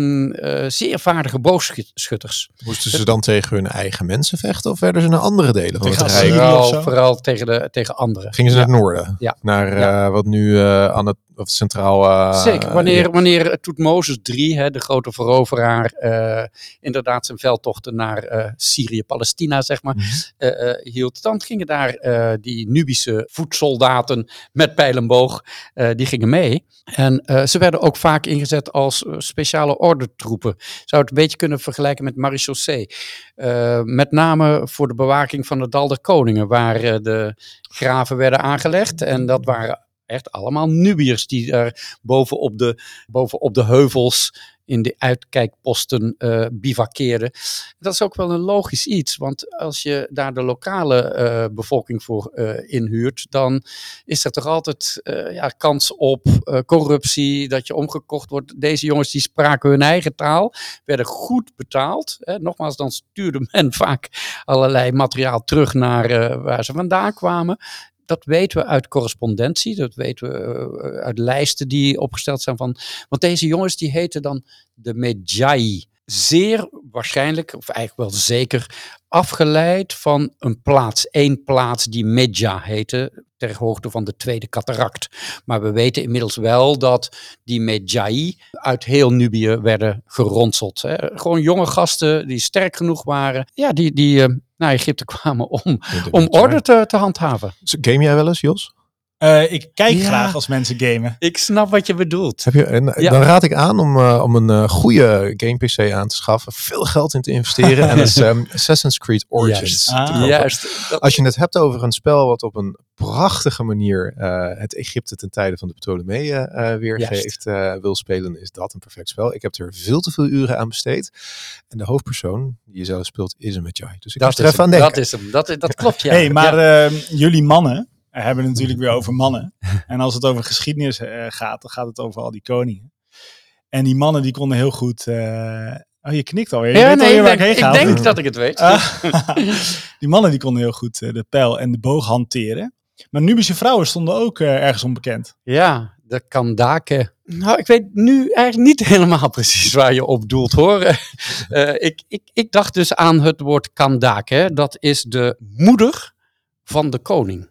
zeer vaardige boogschutters. Moesten ze dan tegen hun eigen mensen vechten of werden ze naar andere delen van het Syrië Rijk? of zo? Vooral tegen anderen. Gingen ze naar het noorden? Ja. Naar wat nu aan het centraal... Zeker, wanneer Toetmoses III, de grote veroveraar, inderdaad zijn veldtochten naar Syrië-Palestina, zeg maar, hield, dan gingen daar die Nubische voetsoldaten met pijl en boog, die gingen mee. En ze werden ook vaak ingezet als speciale ordentroepen. Zou het een beetje kunnen vergelijken met marechaussee. Met name voor de bewaking van het Dal der Koningen, waar de graven werden aangelegd. En dat waren echt allemaal Nubiërs die daar bovenop de heuvels in de uitkijkposten bivakkeerden. Dat is ook wel een logisch iets, want als je daar de lokale bevolking voor inhuurt, dan is er toch altijd kans op corruptie, dat je omgekocht wordt. Deze jongens die spraken hun eigen taal, werden goed betaald. Nogmaals, dan stuurde men vaak allerlei materiaal terug naar waar ze vandaan kwamen. Dat weten we uit correspondentie, dat weten we uit lijsten die opgesteld zijn van. Want deze jongens die heten dan de Medjai. Zeer waarschijnlijk, of eigenlijk wel zeker, afgeleid van één plaats die Medja heette, ter hoogte van de Tweede Cataract. Maar we weten inmiddels wel dat die Medjai uit heel Nubië werden geronseld. Hè. Gewoon jonge gasten die sterk genoeg waren, die naar Egypte kwamen om orde te handhaven. Game jij wel eens, Jos? Ik kijk graag als mensen gamen. Ik snap wat je bedoelt. Dan raad ik aan om een goede game PC aan te schaffen, veel geld in te investeren en is Assassin's Creed Origins te kopen. Juist. Als je het hebt over een spel wat op een prachtige manier het Egypte ten tijde van de Ptolemeeën weergeeft, wil spelen, is dat een perfect spel. Ik heb er veel te veel uren aan besteed. En de hoofdpersoon die je zelf speelt is een Medjai. Dus ik moest er even aan denken. Dat is hem. Dat klopt, ja. Hey, maar jullie mannen hebben het natuurlijk weer over mannen. En als het over geschiedenis gaat, dan gaat het over al die koningen. En die mannen die konden heel goed... je knikt alweer. Je Ja, weet nee, alweer waar ik heen ga. ik denk dat ik het weet. Die mannen die konden heel goed de pijl en de boog hanteren. Maar Nubische vrouwen stonden ook ergens onbekend. Ja, de Kandake. Nou, ik weet nu eigenlijk niet helemaal precies waar je op doelt, hoor. Ik dacht dus aan het woord Kandake. Dat is de moeder van de koning.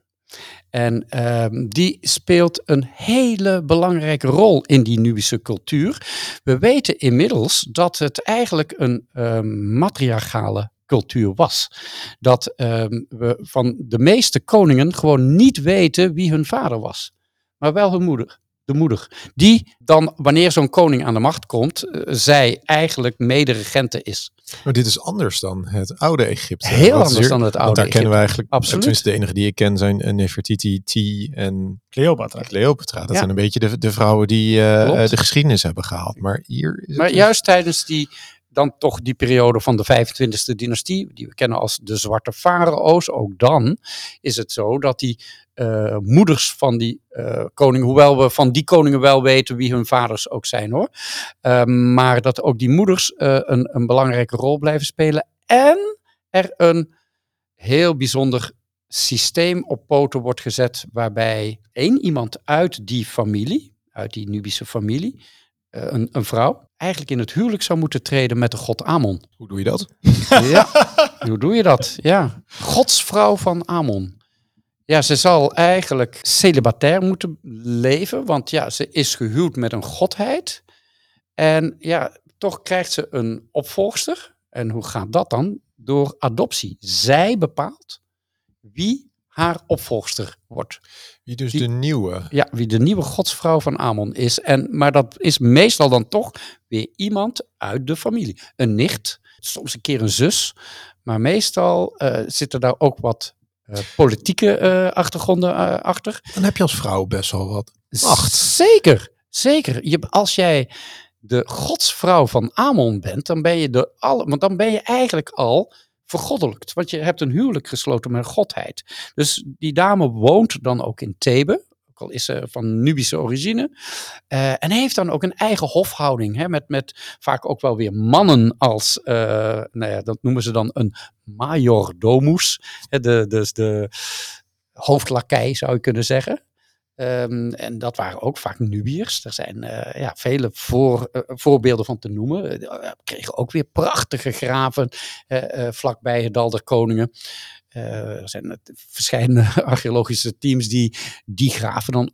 En die speelt een hele belangrijke rol in die Nubische cultuur. We weten inmiddels dat het eigenlijk een matriarchale cultuur was. Dat we van de meeste koningen gewoon niet weten wie hun vader was. Maar wel hun moeder. De moeder. Die dan, wanneer zo'n koning aan de macht komt, zij eigenlijk mede-regente is. Maar dit is anders dan het oude Egypte. Heel anders dan het oude Want daar kennen we Egypte. eigenlijk, Absoluut. tenminste de enige die ik ken zijn Nefertiti, Ti en Cleopatra. Dat zijn een beetje de vrouwen die de geschiedenis hebben gehaald. Maar hier is Maar het juist tijdens dan toch die periode van de 25e dynastie, die we kennen als de Zwarte Farao's, ook dan is het zo dat die moeders van die koningen, hoewel we van die koningen wel weten wie hun vaders ook zijn hoor, maar dat ook die moeders een belangrijke rol blijven spelen en er een heel bijzonder systeem op poten wordt gezet waarbij één iemand uit die familie, uit die Nubische familie, een vrouw, eigenlijk in het huwelijk zou moeten treden met de god Amon. Hoe doe je dat? Ja, hoe doe je dat? Ja, godsvrouw van Amon. Ja, ze zal eigenlijk celibatair moeten leven, want ja, ze is gehuwd met een godheid. En ja, toch krijgt ze een opvolgster. En hoe gaat dat dan? Door adoptie. Zij bepaalt wie haar opvolgster wordt. Wie dus de nieuwe. Ja, wie de nieuwe godsvrouw van Amon is. Maar dat is meestal dan toch weer iemand uit de familie. Een nicht, soms een keer een zus. Maar meestal zitten daar ook wat politieke achtergronden achter. Dan heb je als vrouw best wel wat macht. Zeker, zeker. Als jij de godsvrouw van Amon bent, dan ben je want dan ben je eigenlijk al vergoddelijkt. Want je hebt een huwelijk gesloten met een godheid. Dus die dame woont dan ook in Thebe. Ook al is ze van Nubische origine. En heeft dan ook een eigen hofhouding. Hè, met vaak ook wel weer mannen als, dat noemen ze dan een majordomus. Dus de hoofdlakij zou je kunnen zeggen. En dat waren ook vaak Nubiërs. Er zijn vele voorbeelden van te noemen. We kregen ook weer prachtige graven vlakbij het Dal der Koningen. Er zijn verschillende archeologische teams die graven dan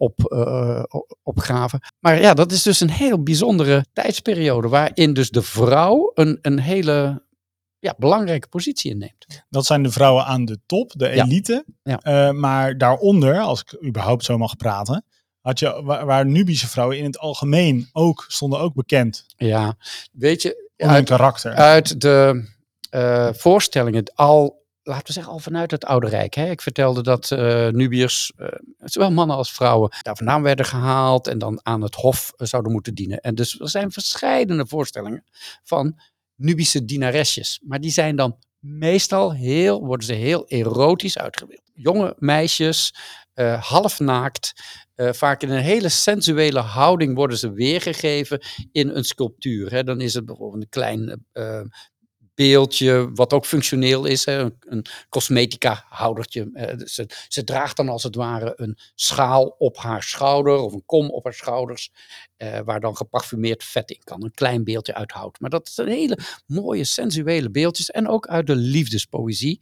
opgraven. Maar ja, dat is dus een heel bijzondere tijdsperiode waarin dus de vrouw een hele belangrijke positie inneemt. Dat zijn de vrouwen aan de top, de elite. Ja. Maar daaronder, als ik überhaupt zo mag praten, had je waar Nubische vrouwen in het algemeen stonden ook bekend. Ja, weet je, hun karakter. Uit de voorstellingen laten we zeggen, al vanuit het Oude Rijk. Hè? Ik vertelde dat Nubiërs, zowel mannen als vrouwen, daar vandaan werden gehaald en dan aan het hof zouden moeten dienen. En dus er zijn verscheidene voorstellingen van Nubische dienaresjes. Maar die zijn dan meestal worden ze heel erotisch uitgebeeld. Jonge meisjes, half naakt, vaak in een hele sensuele houding worden ze weergegeven in een sculptuur. Hè. Dan is het bijvoorbeeld een klein beeldje, wat ook functioneel is, hè, een cosmetica houdertje. Ze draagt dan als het ware een schaal op haar schouder of een kom op haar schouders, waar dan geparfumeerd vet in kan. Een klein beeldje uit hout. Maar dat zijn hele mooie sensuele beeldjes en ook uit de liefdespoëzie.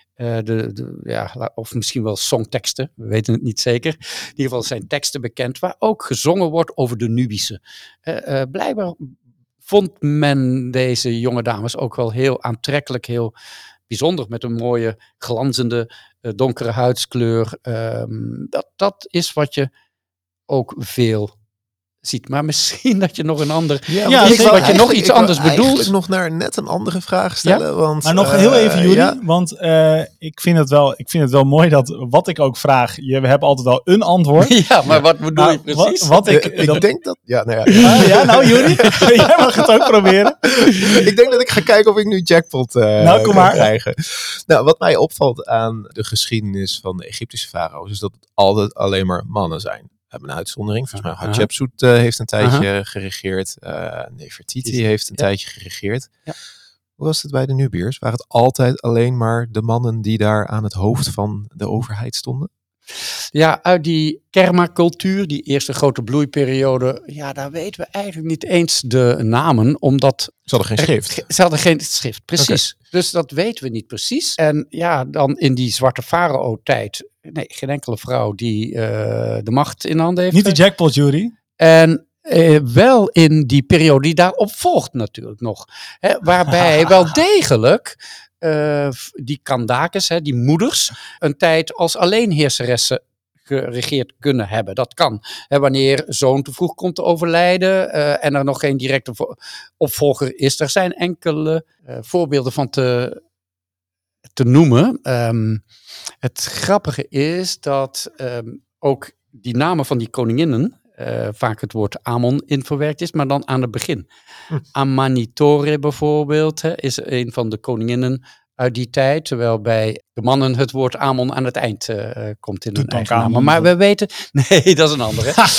Of misschien wel songteksten, we weten het niet zeker. In ieder geval zijn teksten bekend waar ook gezongen wordt over de Nubische. Blijkbaar vond men deze jonge dames ook wel heel aantrekkelijk, heel bijzonder, met een mooie glanzende donkere huidskleur. Dat is wat je ook veel ziet. Maar misschien dat je nog een ander... wat je nog iets anders bedoelt. Eigenlijk nog naar net een andere vraag stellen. Ja? Want, maar nog heel even, Juri. Want ik vind het wel mooi dat wat ik ook vraag, we hebben altijd al een antwoord. Ja, maar wat bedoel je precies? Ik denk dat... Juri, jij mag het ook proberen. Ik denk dat ik ga kijken of ik nu jackpot kan krijgen. Nou, wat mij opvalt aan de geschiedenis van de Egyptische farao's is dat het altijd alleen maar mannen zijn. We hebben een uitzondering. Volgens mij Hatshepsut heeft een tijdje geregeerd. Nefertiti heeft een tijdje geregeerd. Ja. Hoe was het bij de Nubiërs? Waren het altijd alleen maar de mannen die daar aan het hoofd van de overheid stonden? Ja, uit die Kerma-cultuur, die eerste grote bloeiperiode, ja, daar weten we eigenlijk niet eens de namen, omdat... Ze hadden geen schrift. Ze hadden geen schrift, precies. Okay. Dus dat weten we niet precies. En ja, dan in die zwarte farao-tijd, nee, geen enkele vrouw die de macht in handen heeft. Niet de jackpot, Jury. En wel in die periode die daarop volgt natuurlijk nog. Hè, waarbij wel degelijk... die Kandakes, die moeders, een tijd als alleenheerseressen geregeerd kunnen hebben. Dat kan. Wanneer zoon te vroeg komt te overlijden en er nog geen directe opvolger is. Er zijn enkele voorbeelden van te noemen. Het grappige is dat ook die namen van die koninginnen vaak het woord Amon in verwerkt is, maar dan aan het begin. Amanitore bijvoorbeeld is een van de koninginnen uit die tijd, terwijl bij de mannen het woord Amon aan het eind komt in hun eigen naam. Maar we weten... Nee, dat is een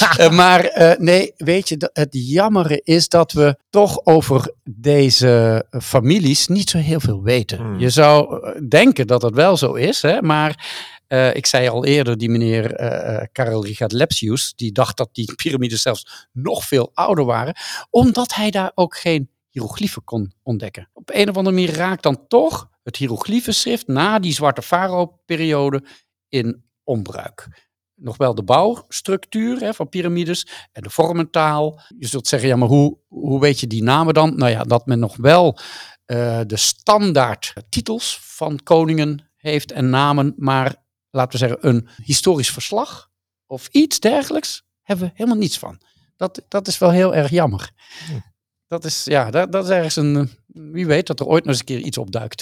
andere. Nee, weet je, het jammere is dat we toch over deze families niet zo heel veel weten. Je zou denken dat het wel zo is, maar... ik zei al eerder, die meneer Karel Richard Lepsius, die dacht dat die piramides zelfs nog veel ouder waren, omdat hij daar ook geen hiërogliefen kon ontdekken. Op een of andere manier raakt dan toch het hiërogliefenschrift na die zwarte farao-periode in onbruik. Nog wel de bouwstructuur van piramides en de vormentaal. Je zult zeggen, ja, maar hoe weet je die namen dan? Nou ja, dat men nog wel de standaard titels van koningen heeft en namen, maar laten we zeggen een historisch verslag of iets dergelijks, hebben we helemaal niets van. Dat is wel heel erg jammer. Dat is ergens wie weet dat er ooit nog eens een keer iets opduikt.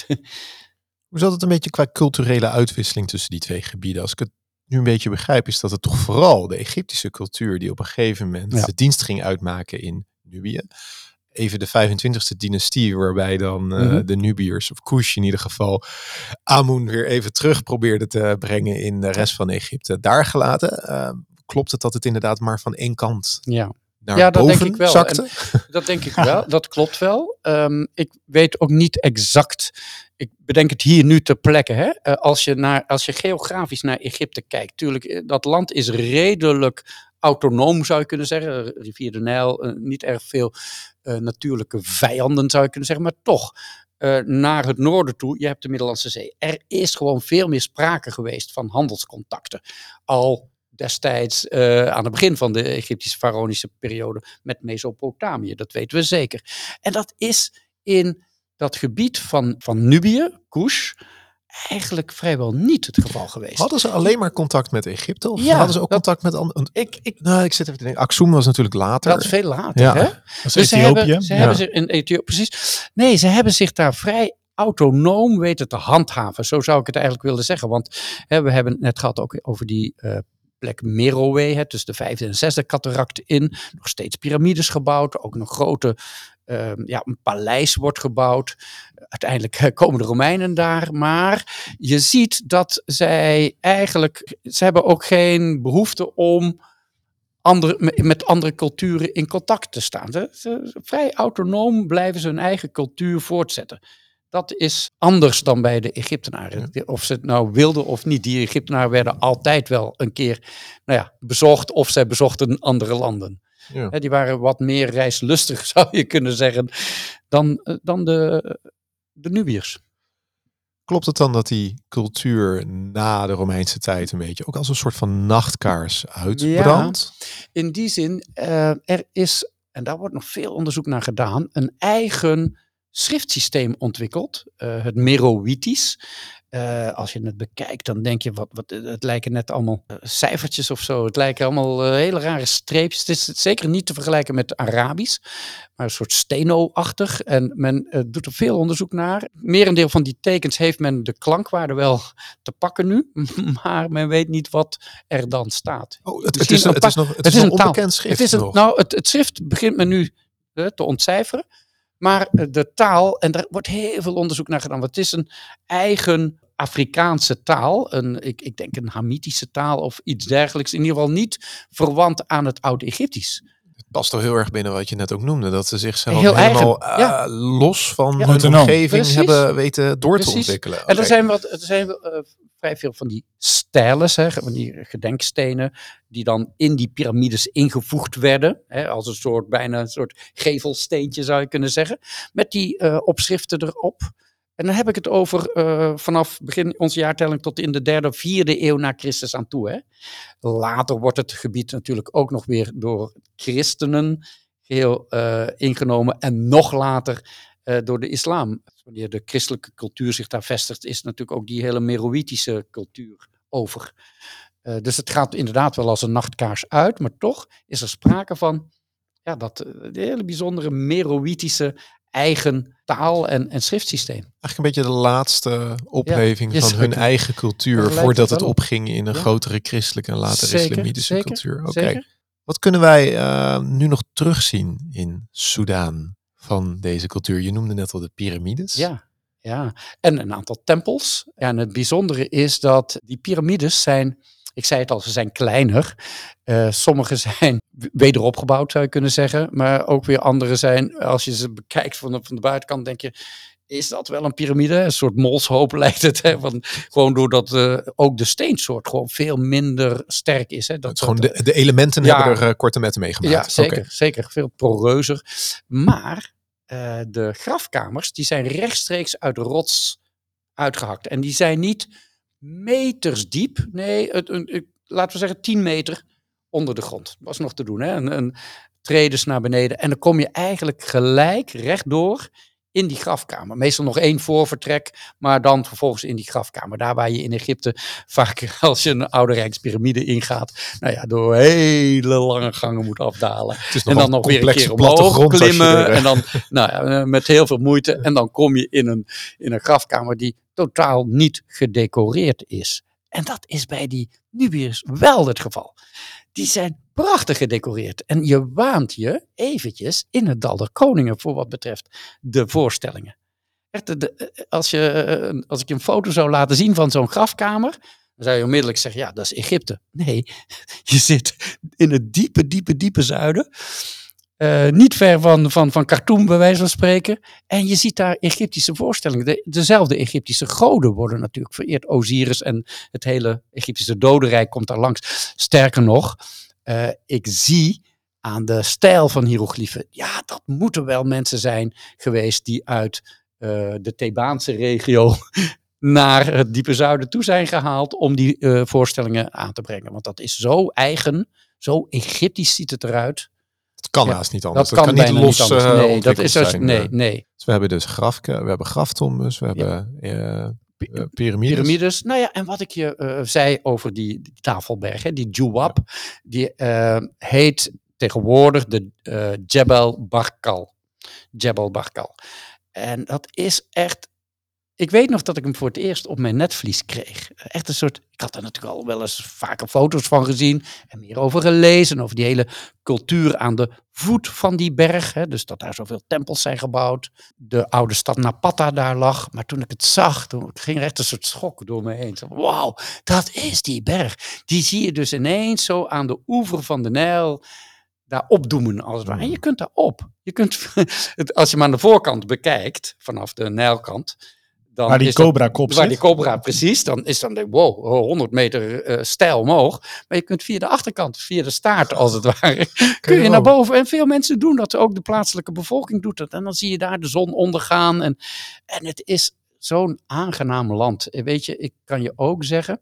Hoe zat het een beetje qua culturele uitwisseling tussen die twee gebieden? Als ik het nu een beetje begrijp, is dat het toch vooral de Egyptische cultuur die op een gegeven moment de dienst ging uitmaken in Nubië. Even de 25e dynastie, waarbij dan de Nubiërs, of Kush in ieder geval, Amun weer even terug probeerde te brengen in de rest van Egypte. Daar gelaten. Klopt het dat het inderdaad maar van één kant naar boven dat denk ik wel. zakte? Dat denk ik wel, dat klopt wel. Ik weet ook niet exact, ik bedenk het hier nu ter plekke. Hè? Als je geografisch naar Egypte kijkt, tuurlijk, dat land is redelijk autonoom, zou je kunnen zeggen. Rivier de Nijl, niet erg veel natuurlijke vijanden, zou je kunnen zeggen. Maar toch, naar het noorden toe, je hebt de Middellandse Zee. Er is gewoon veel meer sprake geweest van handelscontacten. Al destijds aan het begin van de Egyptische faraonische periode met Mesopotamië. Dat weten we zeker. En dat is in dat gebied van Nubië, Kush, eigenlijk vrijwel niet het geval geweest. Hadden ze alleen maar contact met Egypte? Of hadden ze ook contact met... ik zit even te denken. Aksum was natuurlijk later. Dat is veel later, hè? Dus Ethiopië. Ze hebben zich in Ethiopië, precies. Nee, ze hebben zich daar vrij autonoom weten te handhaven. Zo zou ik het eigenlijk willen zeggen. Want we hebben het net gehad ook over die plek Merowe, tussen de 5e en 6e cataract in. Nog steeds piramides gebouwd. Ook nog grote... een paleis wordt gebouwd. Uiteindelijk komen de Romeinen daar. Maar je ziet dat ze hebben ook geen behoefte om met andere culturen in contact te staan. Vrij autonoom blijven ze hun eigen cultuur voortzetten. Dat is anders dan bij de Egyptenaren. Of ze het nou wilden of niet. Die Egyptenaren werden altijd wel een keer bezocht of zij bezochten andere landen. Ja. Die waren wat meer reislustig, zou je kunnen zeggen, dan de Nubiërs. Klopt het dan dat die cultuur na de Romeinse tijd een beetje ook als een soort van nachtkaars uitbrandt? Ja, in die zin, er is, en daar wordt nog veel onderzoek naar gedaan, een eigen schriftsysteem ontwikkeld, het Meroïtisch. Als je het bekijkt, dan denk je, het lijken net allemaal cijfertjes of zo. Het lijken allemaal hele rare streepjes. Het is zeker niet te vergelijken met Arabisch, maar een soort steno-achtig. En men doet er veel onderzoek naar. Merendeel van die tekens heeft men de klankwaarde wel te pakken nu, maar men weet niet wat er dan staat. Het is een onbekend schrift. Het schrift begint men nu te ontcijferen. Maar de taal, en daar wordt heel veel onderzoek naar gedaan, want het is een eigen Afrikaanse taal. Ik denk een Hamitische taal of iets dergelijks. In ieder geval niet verwant aan het Oud-Egyptisch. Het past toch heel erg binnen wat je net ook noemde. Dat ze zichzelf Heel helemaal eigen, los van hun Autonoom. omgeving Precies. hebben weten door te Precies. ontwikkelen. En er Oké. zijn vrij veel van die stijlen, van die gedenkstenen, die dan in die piramides ingevoegd werden. Hè, als bijna een soort gevelsteentje zou je kunnen zeggen. Met die opschriften erop. En dan heb ik het over vanaf begin onze jaartelling tot in de 3e, 4e eeuw na Christus aan toe. Hè. Later wordt het gebied natuurlijk ook nog weer door christenen geheel ingenomen. En nog later door de islam. Wanneer de christelijke cultuur zich daar vestigt, is natuurlijk ook die hele Meroïtische cultuur over. Dus het gaat inderdaad wel als een nachtkaars uit, maar toch is er sprake van de hele bijzondere Meroïtische eigen taal- en schriftsysteem. Eigenlijk een beetje de laatste opleving je van zou hun kunnen- eigen cultuur lijkt voordat het het wel op. opging in een Ja. grotere christelijke en later Zeker, islamitische zeker, cultuur. Oké. zeker. Wat kunnen wij nu nog terugzien in Soedan van deze cultuur? Je noemde net al de piramides. Ja, en een aantal tempels. Ja, en het bijzondere is dat die piramides zijn, ik zei het al, ze zijn kleiner. Sommige zijn wederopgebouwd, zou je kunnen zeggen. Maar ook weer andere zijn, als je ze bekijkt van de buitenkant, denk je, is dat wel een piramide? Een soort molshoop lijkt het. Hè? Gewoon doordat ook de steensoort gewoon veel minder sterk is. Hè? Het is gewoon de elementen hebben er korte metten mee gemaakt. Ja, zeker. Oké. Zeker. Veel poreuzer. Maar de grafkamers, die zijn rechtstreeks uit de rots uitgehakt. En die zijn niet meters diep. Nee, laten we zeggen 10 meter onder de grond. Dat was nog te doen. Hè? Een tredes naar beneden. En dan kom je eigenlijk gelijk rechtdoor in die grafkamer. Meestal nog 1 voorvertrek, maar dan vervolgens in die grafkamer. Daar waar je in Egypte vaak, als je een oude rijkspyramide ingaat, door hele lange gangen moet afdalen. En dan nog weer een keer omhoog klimmen. En dan met heel veel moeite. En dan kom je in een grafkamer die totaal niet gedecoreerd is. En dat is bij die Nubiërs wel het geval. Die zijn prachtig gedecoreerd. En je waant je eventjes in het Dal der Koningen voor wat betreft de voorstellingen. Echt, als ik je een foto zou laten zien van zo'n grafkamer, dan zou je onmiddellijk zeggen, ja, dat is Egypte. Nee, je zit in het diepe zuiden. Niet ver van Khartoum, bij wijze van spreken. En je ziet daar Egyptische voorstellingen. Dezelfde Egyptische goden worden natuurlijk vereerd. Osiris en het hele Egyptische dodenrijk komt daar langs. Sterker nog, ik zie aan de stijl van hiërogliefen, ja, dat moeten wel mensen zijn geweest die uit de Thebaanse regio naar het diepe zuiden toe zijn gehaald om die voorstellingen aan te brengen. Want dat is zo eigen, zo Egyptisch ziet het eruit. Het kan haast niet anders. Dat kan niet bijna los niet anders. Nee, dat is zijn. Nee. Dus we hebben dus we hebben graftombes, we hebben piramides. Nou ja, en wat ik je zei over die tafelberg, hè, die Djouab, die heet tegenwoordig de Jebel Barkal. Jebel Barkal. En dat is echt. Ik weet nog dat ik hem voor het eerst op mijn netvlies kreeg. Echt een soort. Ik had er natuurlijk al wel eens vaker foto's van gezien en meer over gelezen. Over die hele cultuur aan de voet van die berg. Hè, dus dat daar zoveel tempels zijn gebouwd. De oude stad Napata daar lag. Maar toen ik het zag, toen ging er echt een soort schok door me heen. Wauw, dat is die berg. Die zie je dus ineens zo aan de oever van de Nijl daar opdoemen, als het ware. En je kunt daar op. Je kunt, als je hem aan de voorkant bekijkt, vanaf de Nijlkant. Dan waar die cobra-kop zit. Waar die cobra, precies. Dan is dan wow, 100 meter steil omhoog. Maar je kunt via de achterkant, via de staart als het ware, kun je naar boven. En veel mensen doen dat. Ook de plaatselijke bevolking doet dat. En dan zie je daar de zon ondergaan. En het is zo'n aangenaam land. Weet je, ik kan je ook zeggen,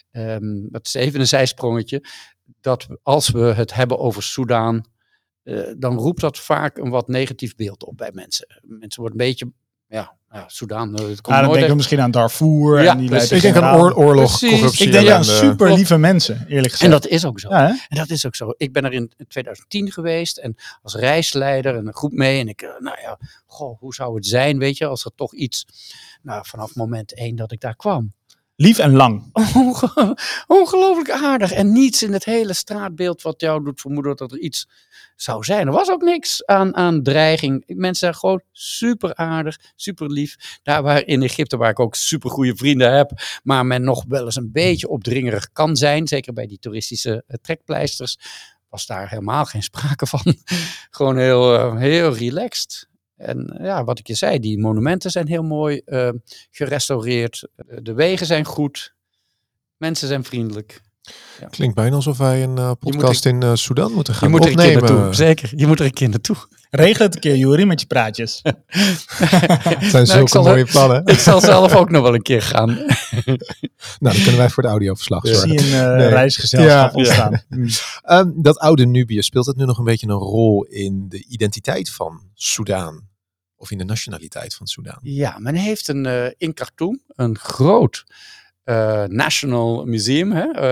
dat is even een zijsprongetje, dat als we het hebben over Soedan, dan roept dat vaak een wat negatief beeld op bij mensen. Mensen worden een beetje, Soedan. Dan denken we misschien aan Darfur. Ja, en die ik denk aan oorlog, precies. corruptie. Ik denk aan super lieve mensen, eerlijk gezegd. En dat is ook zo. Ja, hè? En dat is ook zo. Ik ben er in 2010 geweest en als reisleider en een groep mee. En ik, hoe zou het zijn, weet je, als er toch iets, vanaf moment 1 dat ik daar kwam. Lief en lang. Ongelooflijk aardig. En niets in het hele straatbeeld wat jou doet vermoeden dat er iets zou zijn. Er was ook niks aan dreiging. Mensen zijn gewoon super aardig, super lief. Daar waar in Egypte, waar ik ook super goede vrienden heb, maar men nog wel eens een beetje opdringerig kan zijn, zeker bij die toeristische trekpleisters, was daar helemaal geen sprake van. Gewoon heel relaxed. En ja, wat ik je zei, die monumenten zijn heel mooi gerestaureerd. De wegen zijn goed. Mensen zijn vriendelijk. Ja. Klinkt bijna alsof wij een podcast in Sudan moeten gaan Je moet er een opnemen. keer naartoe, zeker. Je moet er een keer naartoe. Regel het een keer, Juri, met je praatjes. Het zijn zulke ik mooie plannen. Ik zal zelf ook nog wel een keer gaan. Nou, dan kunnen wij voor de audioverslag Ik zorgen. zie een reisgezelschap ontstaan. Dat oude Nubië, speelt dat nu nog een beetje een rol in de identiteit van Soedan? Of in de nationaliteit van Soedan? Ja, men heeft in Khartoum een groot National Museum,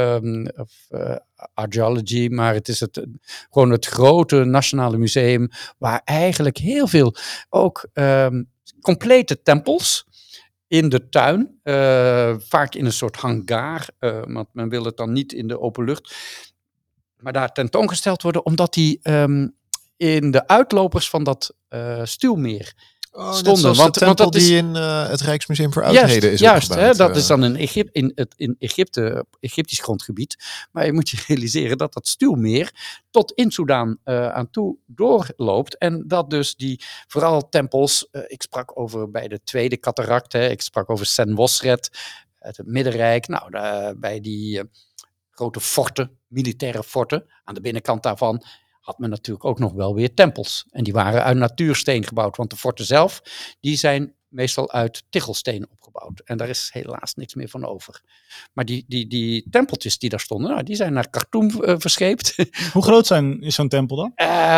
Archaeology, maar het is gewoon het grote nationale museum waar eigenlijk heel veel ook complete tempels in de tuin, vaak in een soort hangar, want men wil het dan niet in de open lucht, maar daar tentoongesteld worden, omdat die in de uitlopers van dat stuwmeer stonden. Want de tempel dat is die in het Rijksmuseum voor Oudheden is opgebouwd. Juist, dat is dan in Egypte, Egyptisch grondgebied. Maar je moet je realiseren dat dat stuwmeer tot in Soedan aan toe doorloopt. En dat dus die vooral tempels, ik sprak over bij de tweede cataract, ik sprak over Sen Wosret, het Middenrijk. Nou, bij die grote forten, militaire forten, aan de binnenkant daarvan had men natuurlijk ook nog wel weer tempels. En die waren uit natuursteen gebouwd, want de forten zelf, die zijn meestal uit tichelsteen opgebouwd. En daar is helaas niks meer van over. Maar die tempeltjes die daar stonden, nou, die zijn naar Khartoum verscheept. Hoe groot is zo'n tempel dan?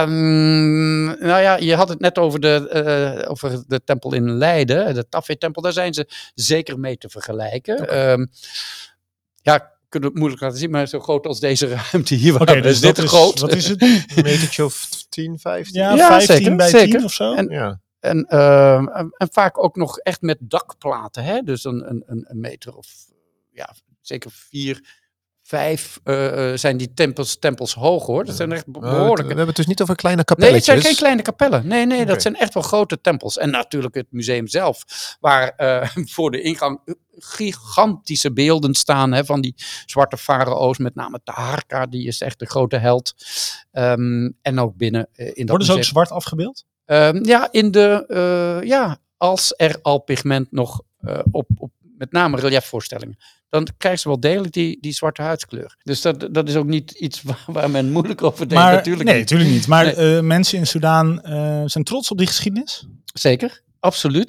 Nou ja, je had het net over de tempel in Leiden, de Tafé-tempel. Daar zijn ze zeker mee te vergelijken. Okay. Kunnen we het moeilijk laten zien, maar zo groot als deze ruimte hier. Oké, dus dit is groot. Wat is het? Een metertje of 10, 15? Ja, Ja, 15 zeker, bij zeker. 10 of zo. En vaak ook nog echt met dakplaten. Hè? Dus een meter of zeker 4, 5 zijn die tempels hoog hoor. Dat zijn echt behoorlijke. We hebben het dus niet over kleine Nee, kapelletjes. het zijn geen kleine kapellen. Nee, Oké. dat zijn echt wel grote tempels. En natuurlijk het museum zelf, waar voor de ingang gigantische beelden staan van die zwarte farao's, met name Taharka, die is echt de grote held. En ook binnen in dat Worden ze ook museum. zwart afgebeeld? Als er al pigment nog op met name reliefvoorstellingen, dan krijgen ze wel degelijk die zwarte huidskleur. Dus dat is ook niet iets waar men moeilijk over denkt. Natuurlijk niet. Natuurlijk niet. Maar mensen in Soedan zijn trots op die geschiedenis? Zeker, absoluut.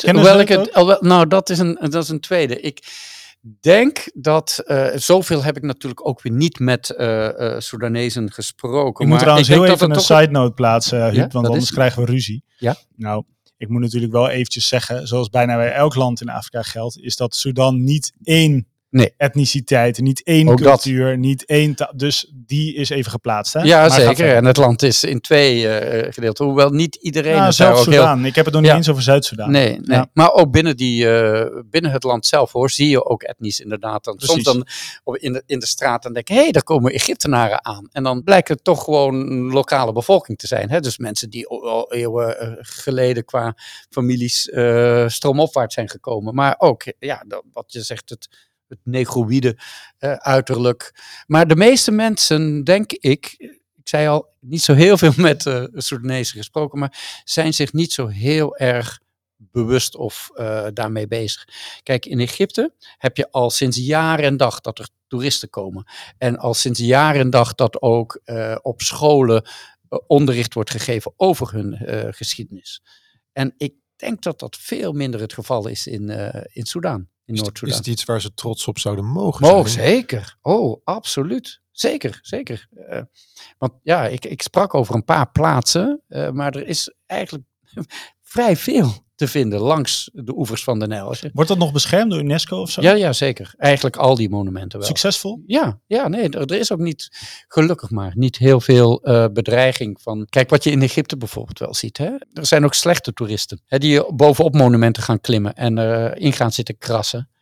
Dat is een tweede. Ik denk dat, zoveel heb ik natuurlijk ook weer niet met Soedanezen gesproken. Ik moet trouwens heel even een toch side note plaatsen, Huub, want anders is krijgen we ruzie. Ja? Nou, ik moet natuurlijk wel eventjes zeggen, zoals bijna bij elk land in Afrika geldt, is dat Sudan niet één etniciteit, niet één ook cultuur, niet één taal. Dus die is even geplaatst. Hè? Ja, maar zeker. En het land is in 2 gedeelten. Hoewel niet iedereen... Nou, zelfs Soedan. Ik heb het nog niet eens over Zuid-Soedan. Nee. Ja. Maar ook binnen het land zelf hoor, zie je ook etnisch inderdaad. Dan soms dan in de straat dan denk je, daar komen Egyptenaren aan. En dan blijkt het toch gewoon lokale bevolking te zijn. Hè? Dus mensen die al eeuwen geleden qua families stroomopwaarts zijn gekomen. Maar ook, wat je zegt, het negroïde uiterlijk. Maar de meeste mensen, denk ik zei al, niet zo heel veel met Soedanezen gesproken, maar zijn zich niet zo heel erg bewust of daarmee bezig. Kijk, in Egypte heb je al sinds jaar en dag dat er toeristen komen. En al sinds jaar en dag dat ook op scholen onderricht wordt gegeven over hun geschiedenis. En ik denk dat dat veel minder het geval is in Soedan. In Noord-Soedan. Is het iets waar ze trots op zouden mogen zijn? Zeker. Oh, absoluut. Zeker. Want ja, ik sprak over een paar plaatsen, maar er is eigenlijk vrij veel te vinden langs de oevers van de Nijl. Wordt dat nog beschermd door UNESCO of zo? Ja, zeker. Eigenlijk al die monumenten wel. Succesvol? Ja, nee, er is ook niet, gelukkig maar, niet heel veel bedreiging van. Kijk, wat je in Egypte bijvoorbeeld wel ziet. Hè? Er zijn ook slechte toeristen die bovenop monumenten gaan klimmen en in gaan zitten krassen.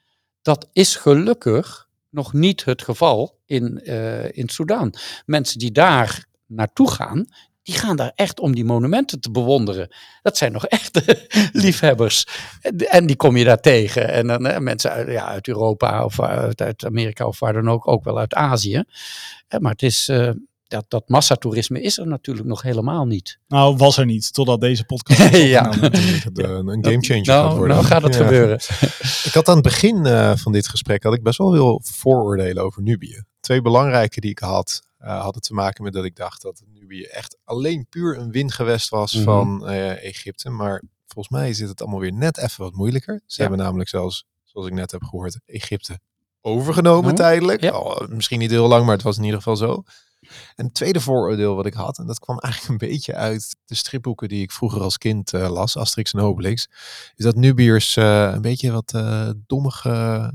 dat is gelukkig nog niet het geval in Soedan. Mensen die daar naartoe gaan, die gaan daar echt om die monumenten te bewonderen. Dat zijn nog echte liefhebbers. En die kom je daar tegen. En dan mensen uit Europa of uit Amerika of waar dan ook wel uit Azië. Maar het is... Dat massatoerisme is er natuurlijk nog helemaal niet. Nou, was er niet, totdat deze podcast was opgenomen. Een gamechanger gaat worden. Nou gaat het gebeuren. Ik had aan het begin van dit gesprek best wel veel vooroordelen over Nubië. 2 belangrijke die ik had, hadden te maken met dat ik dacht dat Nubië echt alleen puur een wingewest was van Egypte. Maar volgens mij zit het allemaal weer net even wat moeilijker. Ze hebben namelijk zelfs, zoals ik net heb gehoord, Egypte overgenomen tijdelijk. Ja. Misschien niet heel lang, maar het was in ieder geval zo. En het tweede vooroordeel wat ik had, en dat kwam eigenlijk een beetje uit de stripboeken die ik vroeger als kind las, Asterix en Obelix, is dat Nubiërs een beetje wat dommige...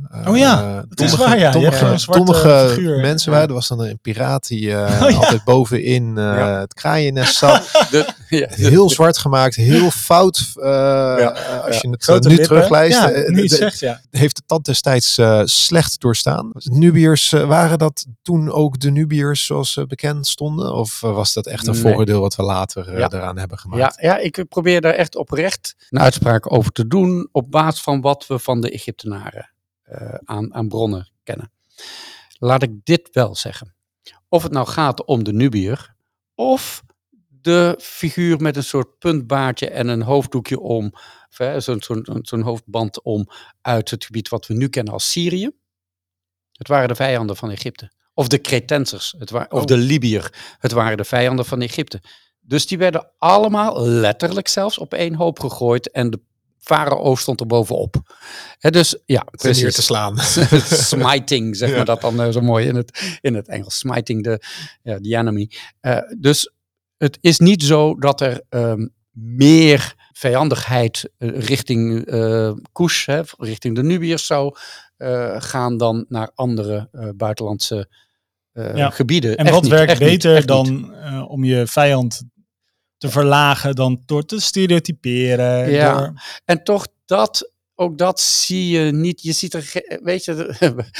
dat is waar, ja. Dommige mensen waren. Er was dan een piraat die altijd bovenin het kraaiennest zat. Heel zwart gemaakt, heel fout. Als je het nu terugluistert. Nu je zegt, heeft het destijds slecht doorstaan. Nubiërs, waren dat toen ook de Nubiërs zoals bekend stonden? Of was dat echt een vooroordeel wat we later eraan hebben gemaakt? Ja, ik probeer daar echt oprecht een uitspraak over te doen op basis van wat we van de Egyptenaren aan bronnen kennen. Laat ik dit wel zeggen. Of het nou gaat om de Nubiër of de figuur met een soort puntbaardje en een hoofddoekje om, zo'n hoofdband om uit het gebied wat we nu kennen als Syrië. Het waren de vijanden van Egypte. Of de Cretensers, of de Libiër. Het waren de vijanden van Egypte. Dus die werden allemaal, letterlijk zelfs, op één hoop gegooid. En de farao stond er bovenop. Dus ja, precies. Hier te slaan. Smiting, zeg maar dat dan zo mooi in het Engels. Smiting the enemy. Dus het is niet zo dat er meer vijandigheid richting Kush, richting de Nubiërs zou gaan dan naar andere buitenlandse gebieden. En echt wat niet, werkt beter niet, dan om je vijand te verlagen dan door te stereotyperen? Ja, en toch ook dat zie je niet. Je ziet er, weet je,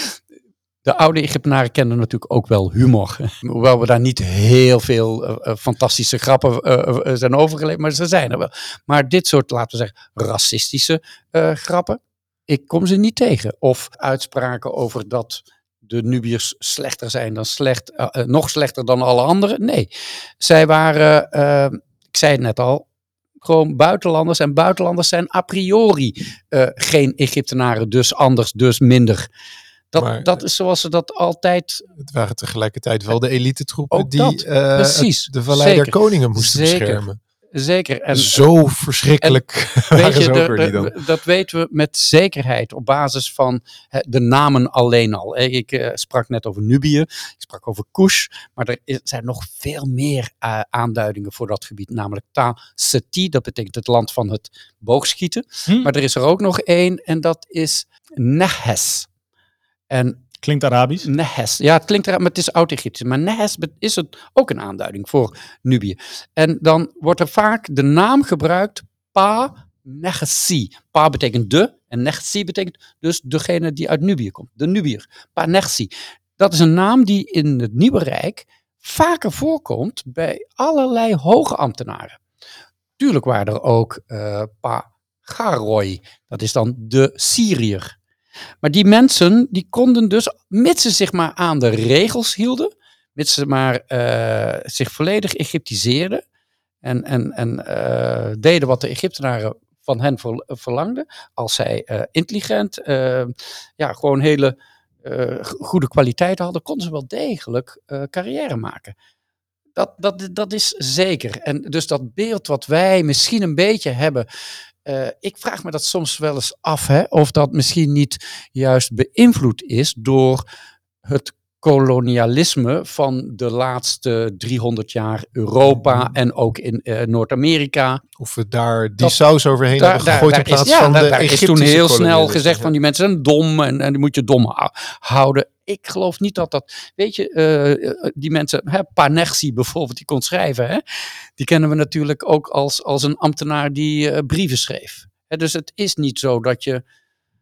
de oude Egyptenaren kenden natuurlijk ook wel humor. Hoewel we daar niet heel veel fantastische grappen zijn overgeleverd, maar ze zijn er wel. Maar dit soort, laten we zeggen, racistische grappen, ik kom ze niet tegen. Of uitspraken over dat de Nubiërs slechter zijn dan nog slechter dan alle anderen. Nee, zij waren, ik zei het net al, gewoon buitenlanders. En buitenlanders zijn a priori geen Egyptenaren, dus anders, dus minder. Dat is zoals ze dat altijd... Het waren tegelijkertijd wel de elitetroepen die de Vallei der Koningen moesten beschermen. Zeker. En, zo verschrikkelijk waren ze ook weer niet dan. Dat weten we met zekerheid op basis van de namen alleen al. Ik sprak net over Nubië, ik sprak over Kush, maar er zijn nog veel meer aanduidingen voor dat gebied. Namelijk Ta Seti, dat betekent het land van het boogschieten. Maar er is er ook nog één en dat is Nehes. Klinkt Arabisch? Nehes. Ja, het klinkt Arabisch, maar het is Oud-Egyptisch. Maar Nehes is het ook een aanduiding voor Nubië. En dan wordt er vaak de naam gebruikt Pa-Nechsi. Pa betekent de en Nechsi betekent dus degene die uit Nubië komt. De Nubiër. Pa-Nechsi. Dat is een naam die in het Nieuwe Rijk vaker voorkomt bij allerlei hoge ambtenaren. Tuurlijk waren er ook Pa-Garoi. Dat is dan de Syriër. Maar die mensen, die konden dus, mits ze zich maar aan de regels hielden, mits ze maar zich volledig Egyptiseerden en deden wat de Egyptenaren van hen verlangden, als zij intelligent, gewoon hele goede kwaliteiten hadden, konden ze wel degelijk carrière maken. Dat is zeker. En dus dat beeld wat wij misschien een beetje hebben, ik vraag me dat soms wel eens af, of dat misschien niet juist beïnvloed is door het kolonialisme van de laatste 300 jaar Europa en ook in Noord-Amerika. Of we daar die saus overheen hebben gegooid in plaats van de Egyptische is toen heel snel gezegd van die mensen zijn dom en die moet je dom houden. Ik geloof niet dat weet je, die mensen, Pa-Nechsi bijvoorbeeld, die kon schrijven, die kennen we natuurlijk ook als een ambtenaar die brieven schreef. Dus het is niet zo dat je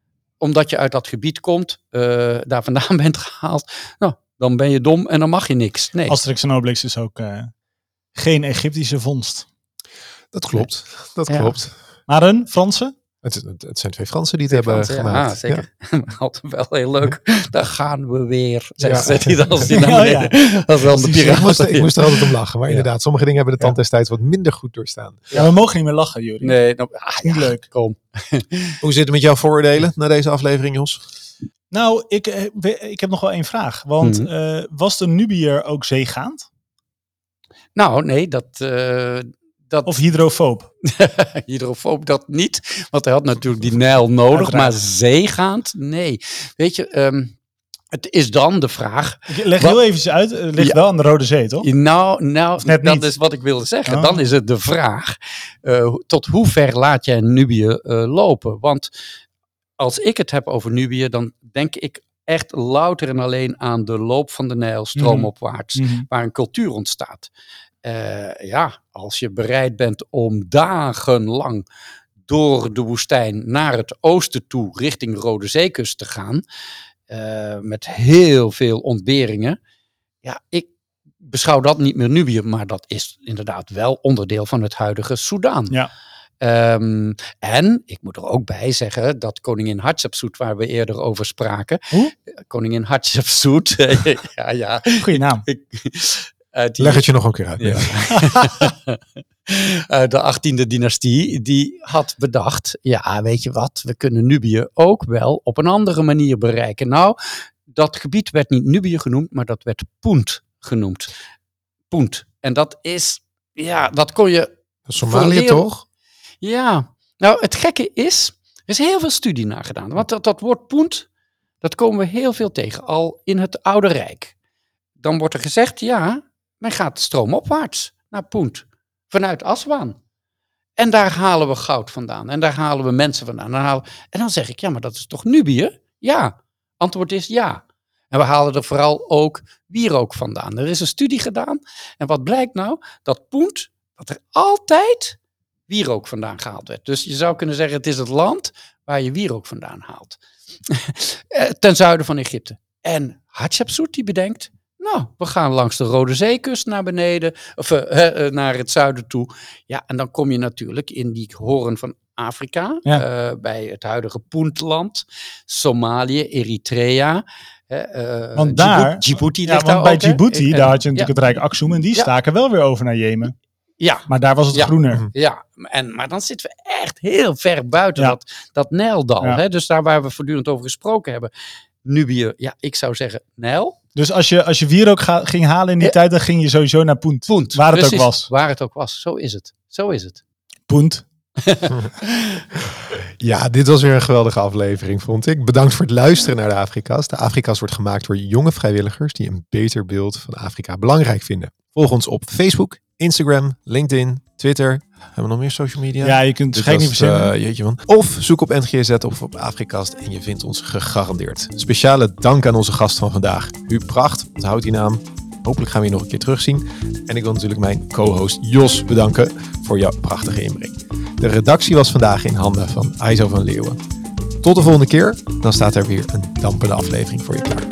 omdat je uit dat gebied komt, daar vandaan bent gehaald, nou, dan ben je dom en dan mag je niks. Nee. Asterix en Obelix is ook geen Egyptische vondst. Dat klopt, dat klopt. Maar een Franse? Het zijn 2 Fransen die het hebben gemaakt. Ja, zeker. Ja. Altijd wel heel leuk. Daar gaan we weer. Zegt hij dan als hij naar beneden. Dat is wel de piraten. Ik moest er altijd om lachen. Maar inderdaad, sommige dingen hebben de tand destijds wat minder goed doorstaan. Ja, we mogen niet meer lachen, Juri. Nee, nou, niet leuk. Kom. Hoe zit het met jouw vooroordelen na deze aflevering, Jos? Nou, ik heb nog wel 1 vraag. Want was de Nubiër ook zeegaand? Nou, nee, dat Of hydrofoob? Hydrofoob dat niet, want hij had natuurlijk die Nijl nodig, Uiteraard. maar zeegaand, nee. Weet je, het is dan de vraag... Ik leg heel even uit, het ligt wel aan de Rode Zee, toch? Nou, net dat niet. is wat ik wilde zeggen. Oh. Dan is het de vraag, tot hoe ver laat jij Nubië lopen? Want als ik het heb over Nubië, dan denk ik echt louter en alleen aan de loop van de Nijl, stroomopwaarts, waar een cultuur ontstaat. Als je bereid bent om dagenlang door de woestijn naar het oosten toe, richting Rode Zeekust te gaan, met heel veel ontberingen. Ja, ik beschouw dat niet meer Nubië, maar dat is inderdaad wel onderdeel van het huidige Soedan. Ja. En ik moet er ook bij zeggen dat koningin Hatshepsut, waar we eerder over spraken. Hoe? Koningin Hatshepsut. ja. Goeie naam. Leg het je nog een keer uit. Ja. De 18e dynastie, die had bedacht, ja, weet je wat, we kunnen Nubië ook wel op een andere manier bereiken. Nou, dat gebied werd niet Nubië genoemd, maar dat werd Punt genoemd. Punt. En dat is, ja, dat kon je... Somalië toch? Ja, nou het gekke is, er is heel veel studie naar gedaan. Want dat woord Punt, dat komen we heel veel tegen, al in het Oude Rijk. Dan wordt er gezegd, ja, men gaat stroomopwaarts naar Punt, vanuit Aswan. En daar halen we goud vandaan, en daar halen we mensen vandaan. En dan zeg ik, ja, maar dat is toch Nubië? Ja, antwoord is ja. En we halen er vooral ook wierook vandaan. Er is een studie gedaan, en wat blijkt nou? Dat Punt, dat er altijd wierook vandaan gehaald werd. Dus je zou kunnen zeggen, het is het land waar je wierook vandaan haalt. Ten zuiden van Egypte. En Hatshepsut die bedenkt, nou, we gaan langs de Rode Zeekust naar beneden, of naar het zuiden toe. Ja, en dan kom je natuurlijk in die hoorn van Afrika, bij het huidige Puntland, Somalië, Eritrea. Want daar, Djibouti ligt daar want bij ook, Djibouti, daar had je natuurlijk het Rijk Aksum en die staken wel weer over naar Jemen. Ja. Maar daar was het groener. Ja, maar dan zitten we echt heel ver buiten dat Nijldal. Ja. Hè? Dus daar waar we voortdurend over gesproken hebben. Nubië, ja, ik zou zeggen Nijl. Dus als je wierook ging halen in die tijd, dan ging je sowieso naar Punt. Waar het precies, ook was. Waar het ook was, zo is het. Punt. Ja, dit was weer een geweldige aflevering, vond ik. Bedankt voor het luisteren naar de Afrikast. De Afrikast wordt gemaakt door jonge vrijwilligers die een beter beeld van Afrika belangrijk vinden. Volg ons op Facebook, Instagram, LinkedIn, Twitter. Hebben we nog meer social media? Ja, je kunt het gek niet verzinnen. Jeetje man. Of zoek op NGZ of op Afrikast en je vindt ons gegarandeerd. Speciale dank aan onze gast van vandaag, Huub Pracht. Onthoud die naam. Hopelijk gaan we je nog een keer terugzien. En ik wil natuurlijk mijn co-host Jos bedanken voor jouw prachtige inbreng. De redactie was vandaag in handen van Aizo van Leeuwen. Tot de volgende keer, dan staat er weer een dampende aflevering voor je klaar.